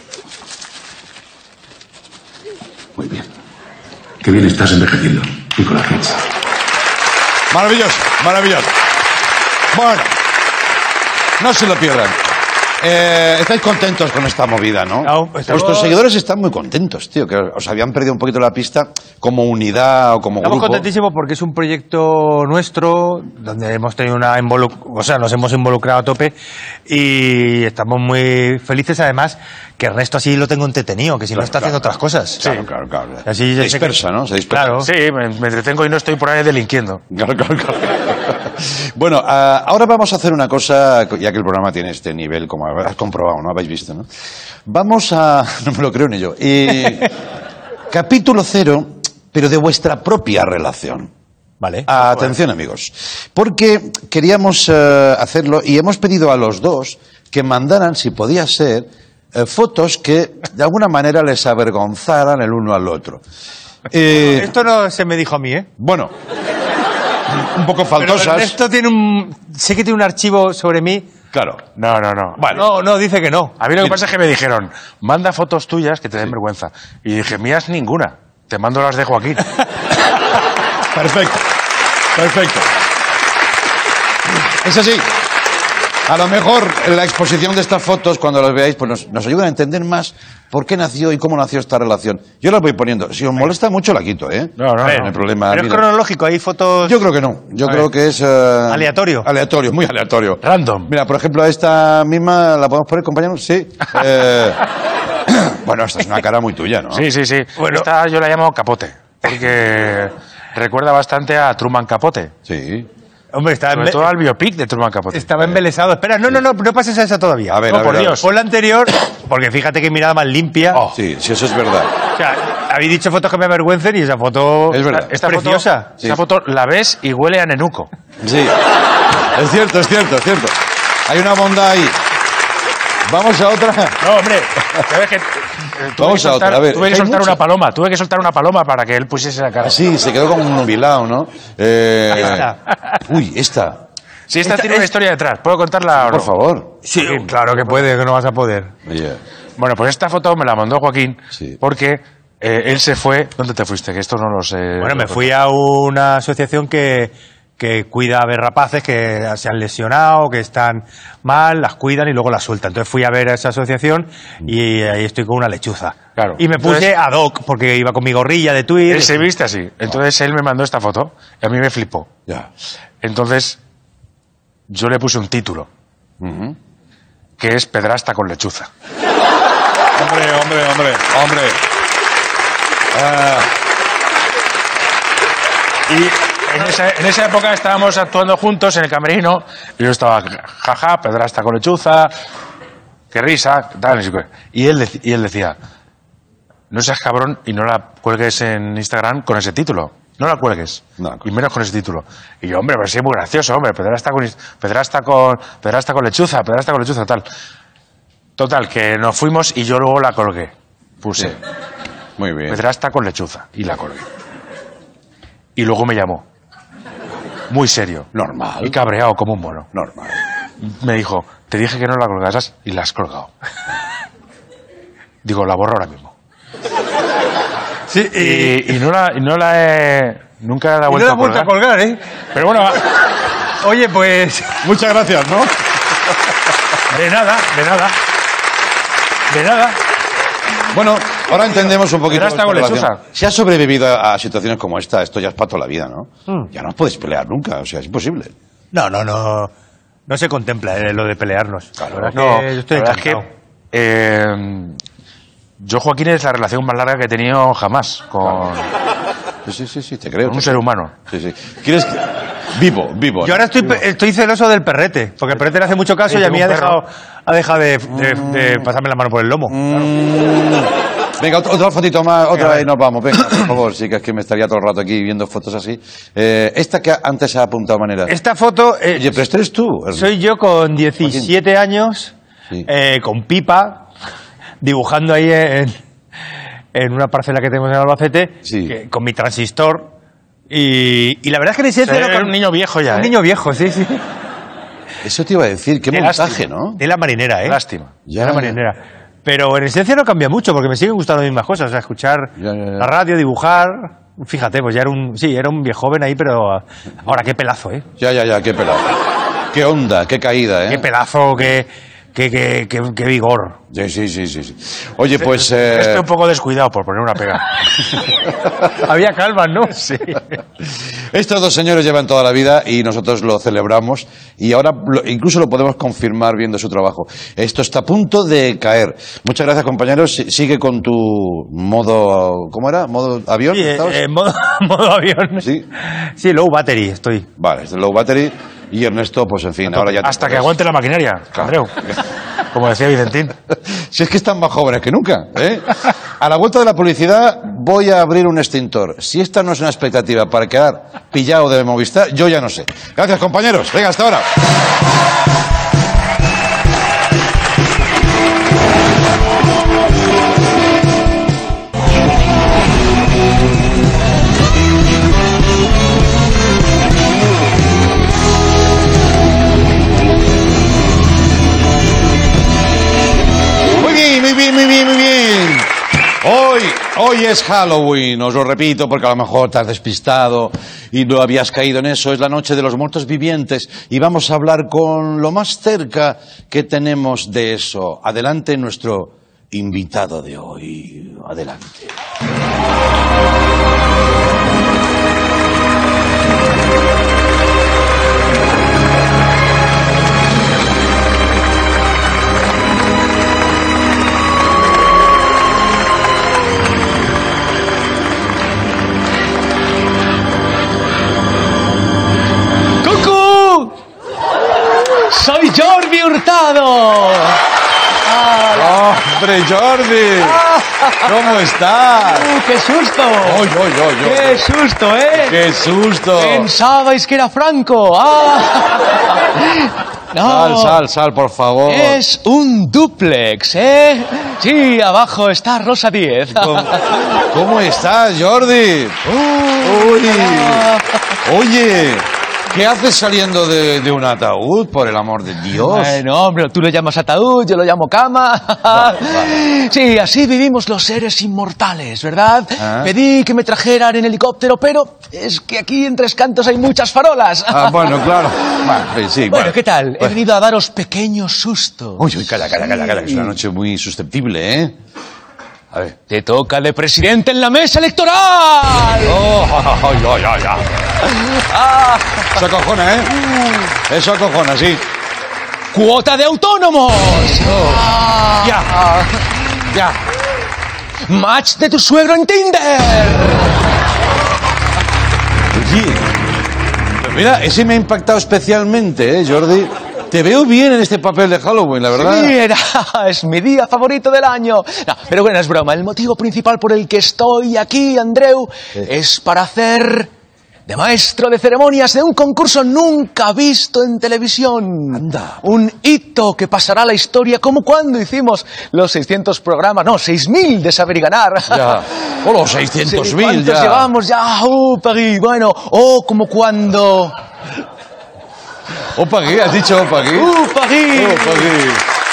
Muy bien. Qué bien estás envejeciendo, Nicolas Cage. Maravilloso, maravilloso. Bueno, no se lo pierdan. Eh, estáis contentos con esta movida, ¿no? No, estamos- Vuestros seguidores están muy contentos, tío, que os habían perdido un poquito la pista como unidad o como Estamos grupo. contentísimos porque es un proyecto nuestro donde hemos tenido una involu- o sea, nos hemos involucrado a tope y estamos muy felices, además que Ernesto así lo tengo entretenido, que si no está haciendo otras cosas. Claro, claro, claro. Así Se ya sé dispersa, que- ¿no? Se dispersa. Claro. Sí, me, me entretengo y no estoy por ahí delinquiendo. Claro, claro, claro. Bueno, ah, ahora vamos a hacer una cosa, ya que el programa tiene este nivel, como has comprobado, ¿no? Habéis visto, ¿no? Vamos a... No me lo creo ni yo. Y... Capítulo cero, pero de vuestra propia relación. Vale. Atención, amigos. Porque queríamos eh, hacerlo y hemos pedido a los dos que mandaran, si podía ser, eh, fotos que de alguna manera les avergonzaran el uno al otro. Eh, Esto no se me dijo a mí, ¿eh? bueno, un poco Pero faldosas. Ernesto tiene un... Sé que tiene un archivo sobre mí. Claro. No, no, no. Vale. No, no, dice que no. A mí lo que pasa es que me dijeron, manda fotos tuyas que te den vergüenza. Y dije, mías ninguna. Te mando las de Joaquín. Perfecto. Perfecto. Es así. A lo mejor la exposición de estas fotos, cuando las veáis, pues nos, nos ayuda a entender más por qué nació y cómo nació esta relación. Yo las voy poniendo. Si os molesta mucho, la quito, ¿eh? No, no, no hay problema. Pero es Mira. cronológico, hay fotos... Yo creo que no. Yo A creo ver. que es... eh, Aleatorio. Aleatorio, muy aleatorio. Random. Mira, por ejemplo, esta misma, ¿la podemos poner, compañeros? Sí. Eh, bueno, esta es una cara muy tuya, ¿no? Sí, sí, sí. Bueno. Esta yo la llamo Capote, porque recuerda bastante a Truman Capote. Sí. Hombre, está Sobre todo al biopic de Truman Capote. estaba embelesado. Espera, no, no, no, no pases a esa todavía. A ver, No, a por ver, a ver. Dios. Pon la anterior, porque fíjate que mirada más limpia. Oh. Sí, sí, eso es verdad. O sea, habéis dicho fotos que me avergüencen y esa foto Es verdad. Esta preciosa. Foto, esta foto la ves y huele a nenuco. Sí. Es cierto, es cierto, es cierto. Hay una bondad ahí. Vamos a otra. No, hombre, sabes que eh, tuve Vamos que a soltar, otra, a ver, tuve que hay soltar muchas. una paloma, tuve que soltar una paloma para que él pusiese la cara. Sí, se quedó como un nubilado, ¿no? Eh, Ahí está. Uy, esta. Si esta, Esta tiene es- una historia detrás, ¿puedo contarla o no? Por favor. Sí, claro que puede, que no vas a poder. Oye, Bueno, pues esta foto me la mandó Joaquín Sí. porque eh, él se fue... ¿Dónde te fuiste? Que esto no lo sé. Bueno, me fui a una asociación que, que cuida a ver rapaces que se han lesionado, que están mal, las cuidan y luego las sueltan. Entonces fui a ver a esa asociación y ahí estoy con una lechuza. Claro. Y me puse Entonces- ad hoc porque iba con mi gorrilla de Twitter. Él se viste así. Entonces él me mandó esta foto y a mí me flipó. ya. Entonces yo le puse un título, Ujú. que es Pedrasta con lechuza. Hombre, hombre, hombre, hombre. Ah, Y en esa, en esa época estábamos actuando juntos en el camerino y yo estaba, jaja, Pedrasta con lechuza, qué risa, tal, no sé qué. Y él, dec- y él decía, no seas cabrón y no la cuelgues en Instagram con ese título. No la cuelgues. No la y menos con ese título. Y yo, hombre, pero sí es muy gracioso, hombre. Pedrasta con, pedrasta con, pedrasta con lechuza, pedrasta con lechuza, tal. Total, que nos fuimos y yo luego la colgué. Puse, sí. Muy bien. pedrasta con lechuza. Y la colgué. Y luego me llamó. Muy serio. Normal. Y cabreado como un mono. Normal. Me dijo, te dije que no la colgaras y la has colgado. Digo, la borro ahora mismo. Sí, y, Y, y no la, y no la he... Nunca la he y no vuelto la a he vuelto colgar. a colgar, ¿eh? Pero bueno, va- Oye, pues... Muchas gracias, ¿no? de nada, de nada. De nada. Bueno, ahora entendemos un poquito. Pedrasta esta con relación. lechuza. Si has sobrevivido a, a situaciones como esta, esto ya es para toda la vida, ¿no? Mm. Ya no os podéis pelear nunca, o sea, es imposible. No, no, no. No se contempla eh, lo de pelearnos. La verdad es que No, yo estoy la verdad es que encantado. eh, yo, Joaquín, es la relación más larga que he tenido jamás con, Sí, sí, sí, sí, te creo. con un te ser creo. humano. Sí, sí. ¿Quieres que... Vivo, vivo. Yo ahora estoy, pe- estoy celoso del perrete, porque el perrete le hace mucho caso Sí, y a mí tengo ha un perro. dejado, ha dejado de, de- de pasarme la mano por el lomo. Mm. Venga, otra, otra fotito más, otra y nos vamos. Venga, por favor, sí, que es que me estaría todo el rato aquí viendo fotos así. Eh, esta que antes ha apuntado manera. Esta foto, eh, Oye, pero este eres tú. Ernesto. soy yo con diecisiete años, Sí. eh, con pipa, dibujando ahí en, en una parcela que tenemos en Albacete, Sí. que- con mi transistor. Y, y la verdad es que en esencia Sí, no era cam- un niño viejo ya, Un ¿eh? niño viejo, sí, sí. Eso te iba a decir, qué Qué montaje, lástima. ¿no? De la marinera, ¿eh? Lástima. Ya, de la ya. marinera. Pero en esencia no cambia mucho, porque me siguen gustando las mismas cosas. O sea, escuchar Ya, ya, ya. la radio, dibujar. Fíjate, pues ya era un. Sí, era un viejo joven ahí, pero. Ahora, qué pelazo, ¿eh? Ya, ya, ya, qué pelado. Qué onda, qué caída, ¿eh? Qué pelazo, qué, qué, qué, qué, qué vigor. Sí, sí, sí, sí, sí. Oye, pues... eh, Estoy un poco descuidado por poner una pega. Había calmas, ¿no? Sí. Estos dos señores llevan toda la vida y nosotros lo celebramos y ahora lo- incluso lo podemos confirmar viendo su trabajo. Esto está a punto de caer. Muchas gracias, compañeros. Si- Sigue con tu modo... ¿Cómo era? ¿Modo avión? Sí, eh, ¿Estabas? en modo, modo avión. Sí. Sí, low battery estoy. Vale, es de low battery y Ernesto, pues en fin, ahora ya... te Hasta que podrás- aguante la maquinaria, Andreu. Como decía Vicentín. Si es que están más jóvenes que nunca, ¿eh? A la vuelta de la publicidad voy a abrir un extintor. Si esta no es una expectativa para quedar pillado de Movistar, yo ya no sé. Gracias, compañeros. Venga, hasta ahora. Muy bien, muy bien, muy bien, muy bien. Hoy, hoy Hoy es Halloween, os lo repito porque a lo mejor te has despistado y no habías caído en eso. Es la noche de los muertos vivientes y vamos a hablar con lo más cerca que tenemos de eso. Adelante nuestro invitado de hoy. Adelante. ¡Soy Jordi Hurtado! ¡Ah, ¡Hombre, Jordi! ¿Cómo estás? Uh, ¡Qué susto! ¡Oy, oy, oy, oy! ¡Qué susto, eh! ¡Qué susto! Pensabais que era Franco. ¡Ah! No. Sal, sal, sal, por favor. Es un dúplex, ¿eh? Sí, abajo está Rosa Díez. ¿Cómo, cómo estás, Jordi? Uh, Uy. Oye, ¿qué haces saliendo de, de un ataúd, por el amor de Dios? Bueno, hombre, tú lo llamas ataúd, yo lo llamo cama. Vale, vale. Sí, así vivimos los seres inmortales, ¿verdad? ¿Ah? Pedí que me trajeran en helicóptero, pero es que aquí en Tres Cantos hay muchas farolas. Ah, bueno, claro. Bueno, sí, Bueno, bueno. ¿qué tal? He Bueno. venido a daros pequeños sustos. Uy, uy, calla, calla, calla, calla, que es una noche muy susceptible, ¿eh? A ver. Te toca de presidente en la mesa electoral. Oh, ay, ay, ay, ay. Ah, Eso acojona, ¿eh? Eso acojona, sí. cuota de autónomos. Ah, Ya, ya. match de tu suegro en Tinder. Oye, pues mira, ese me ha impactado especialmente, ¿eh, Jordi? Te veo bien en este papel de Halloween, la verdad. Sí, era, es mi día favorito del año. No, pero bueno, es broma. El motivo principal por el que estoy aquí, Andreu, Sí. es para hacer de maestro de ceremonias de un concurso nunca visto en televisión. Anda. Un hito que pasará a la historia como cuando hicimos los seiscientos programas, no, seis mil de Saber y Ganar. Ya. O los seiscientos mil, ¿Cuántos ya. llevamos ya? Uh, Pagui. Bueno, o como cuando... Opa, ¿qué has dicho? Opa, ¿qué? Uh, Pagui. Opa, ¿qué?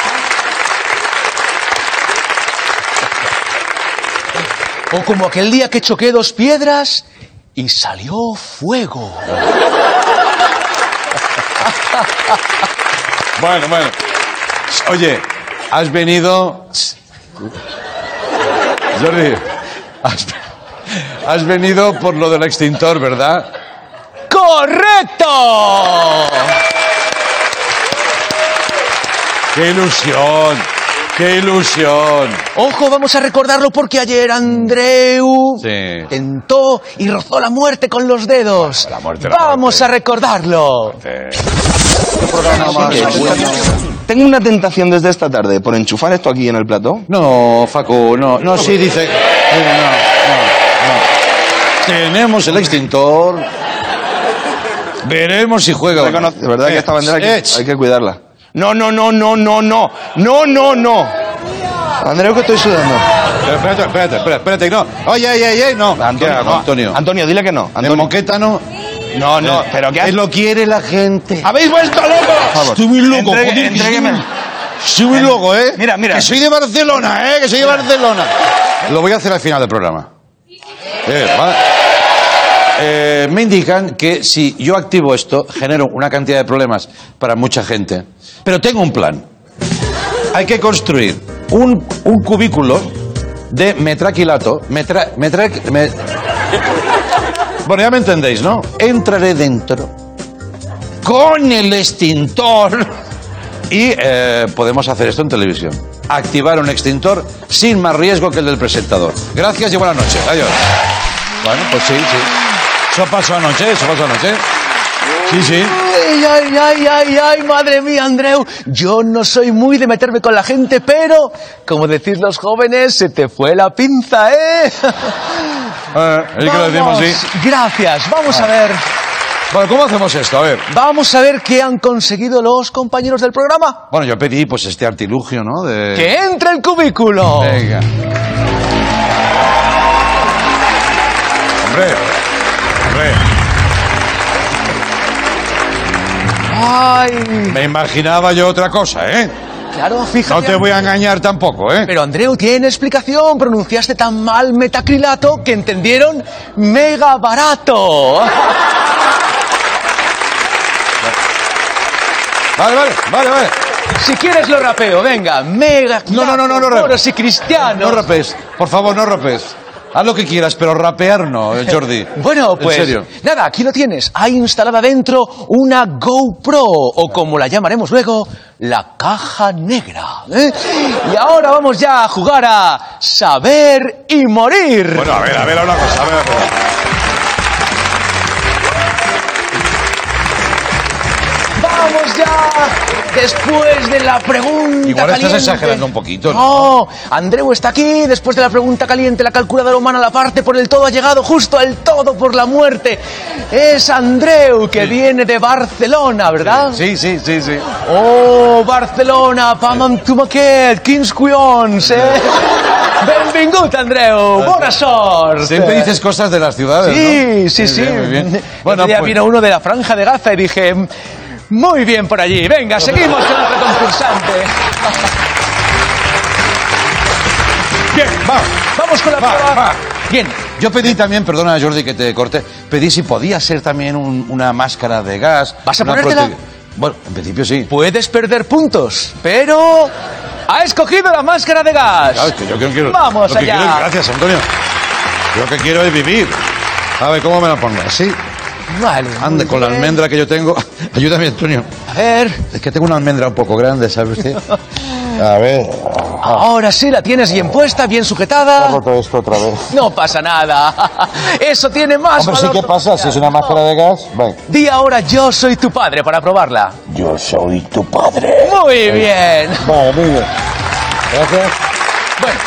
O como aquel día que choqué dos piedras y salió fuego. Bueno, bueno. Oye, has venido... Jordi, has, has venido por lo del extintor, ¿verdad? ¡Correcto! ¡Qué ilusión! ¡Qué ilusión! Ojo, vamos a recordarlo porque ayer Andreu Sí. tentó y rozó la muerte con los dedos. La muerte, la vamos muerte. a recordarlo. Tengo una tentación desde esta tarde por enchufar esto aquí en el plató. No, Facu, no, no, sí dice... eh, no, no, no. Tenemos el extintor. Veremos si juega o no. Reconoce, ¿verdad que esta bandera hay Eh, que, hay que cuidarla? No, no, no, no, no, no. No, no, no. Andreu, que estoy sudando. Pero espérate, espérate, espérate, espérate, no. Oye, oye, oye, no. ¿Qué hago, no. Antonio? Antonio, dile que no. ¿En Antonio. moqueta no? No, no, Eh, pero ¿qué que haces? lo quiere la gente. ¿Habéis vuelto locos? Por favor. Estoy muy loco, Entregue- joder, que entrégueme. Soy muy loco, ¿eh? Mira, mira. Que soy de Barcelona, ¿eh? Que soy de Barcelona. Lo voy a hacer al final del programa. Eh, ¿vale? Eh, me indican que si yo activo esto, genero una cantidad de problemas para mucha gente. Pero tengo un plan. Hay que construir un, un cubículo de metraquilato. Metra, metra, me- Bueno, ya me entendéis, ¿no? Entraré dentro con el extintor y eh, podemos hacer esto en televisión. Activar un extintor sin más riesgo que el del presentador. Gracias y buenas noches. Adiós. Bueno, pues sí, sí. Eso pasó anoche, eso pasó anoche. Sí, sí. Ay, ay, ay, ay, ay, madre mía, Andreu. Yo no soy muy de meterme con la gente, pero, como decís los jóvenes, se te fue la pinza, ¿eh? Eh, es que lo decimos así. Gracias, vamos a ver. Bueno, ¿cómo hacemos esto? A ver. Vamos a ver qué han conseguido los compañeros del programa. Bueno, yo pedí pues este artilugio, ¿no? De... ¡Que entre el cubículo! Venga. Hombre. Hombre. ¡Ay! Me imaginaba yo otra cosa, ¿eh? Claro, fíjate. No te voy a engañar tampoco, ¿eh? Pero Andreu, tiene explicación. Pronunciaste tan mal metacrilato que entendieron mega barato. Vale, vale, vale, vale. Si quieres lo rapeo, venga. Mega. No, no, no, no, no, no. Moros y cristianos. No rapes, por favor, no rapes. Haz lo que quieras, pero rapear no, Jordi. Bueno, pues, en serio. nada, aquí lo tienes. Hay instalada dentro una GoPro, o como la llamaremos luego, la caja negra. ¿eh? Y ahora vamos ya a jugar a Saber y Morir. Bueno, a ver, a ver, una cosa, a ver, a ver. Vamos ya, después de la pregunta Igual caliente. estás exagerando un poquito, ¿no? No, Andreu está aquí, después de la pregunta caliente, la calculadora humana, la parte por el todo ha llegado justo al todo por la muerte. Es Andreu, que Sí. viene de Barcelona, ¿verdad? Sí, sí, sí, sí. Oh, Barcelona, pam tu maquet, quins collons, eh? Benvingut, Andreu, bona sort. Siempre dices cosas de las ciudades, Sí, ¿no? sí, Muy sí. bien, muy bien. Bueno, Bueno, ya pues- vino uno de la Franja de Gaza y dije, muy bien por allí. Venga, seguimos con otro concursante. Bien, va. Vamos con la Va, prueba. va. Bien. Yo pedí también, perdona Jordi que te corte, pedí si podía ser también un- una máscara de gas. ¿Vas a una ponértela? prote- Bueno, en principio sí. Puedes perder puntos, pero ha escogido la máscara de gas. Claro, es que yo quiero, quiero- Vamos lo que allá. quiero es- gracias, Antonio. Yo lo que quiero es vivir. A ver, ¿cómo me la pongo? ¿Así? Vale. Ande, muy con la bien. almendra que yo tengo. Ayúdame, Antonio. A ver. Es que tengo una almendra un poco grande, ¿sabe usted? A ver. Ahora sí la tienes bien puesta, bien sujetada. He roto esto otra vez. No pasa nada. Eso tiene más Hombre, sí, valor ¿qué pasa? Si es una máscara de gas, vale. Di ahora yo soy tu padre para probarla. Yo soy tu padre. Muy bien. Vale, muy bien. Gracias. Bueno.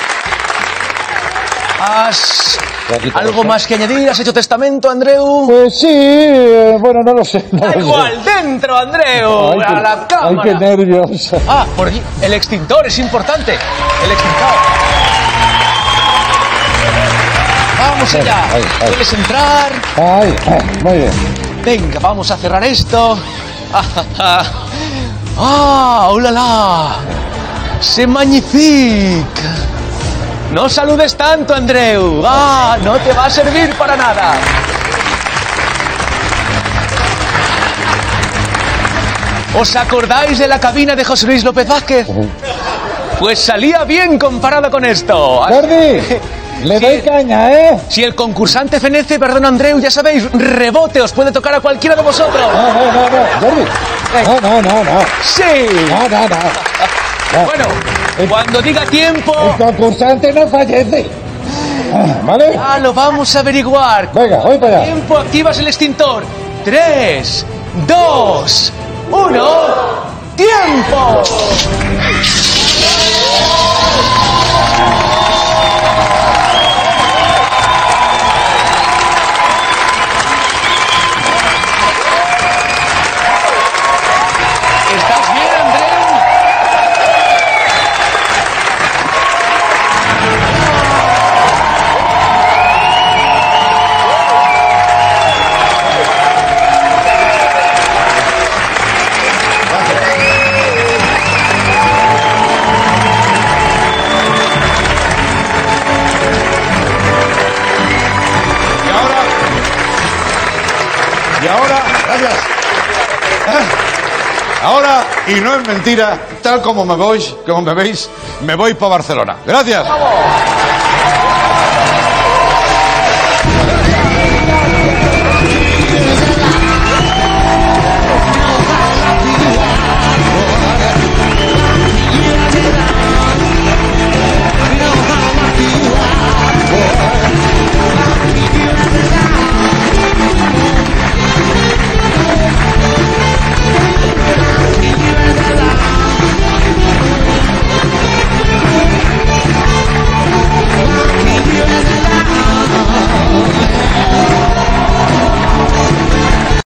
¿Has Voy a quitar algo esto. más que añadir? ¿Has hecho testamento, Andreu? Pues sí, eh, bueno, no lo sé. No Da lo sé. igual, dentro, Andreu, Ay, a qué- la cámara. Ay, qué nervios. Ah, por allí, el extintor es importante. El extintor. Vamos allá. Ay, ay. Puedes entrar. Ay, muy bien. Venga, vamos a cerrar esto. ¡Ah! ¡Oh, la, la! ¡C'est magnifique! No saludes tanto, Andreu. ¡Ah! No te va a servir para nada. ¿Os acordáis de la cabina de José Luis López Vázquez? Pues salía bien comparado con esto. Jordi, le doy caña, ¿eh? Si el concursante fenece, perdón, Andreu, ya sabéis, rebote, os puede tocar a cualquiera de vosotros. No, no, no, no, Jordi. No, no, no, no. Sí. No, no, no. Bueno, cuando diga tiempo, El concursante no fallece. ¿Vale? ya lo vamos a averiguar. Venga, voy para allá. Tiempo, activas el extintor. Tres, dos, uno, tiempo. ¿Estás bien, Andreu? Y ahora. Y ahora. Gracias. Ah, Ahora, y no es mentira, tal como me voy, como me veis, me voy para Barcelona. Gracias. ¡Vamos!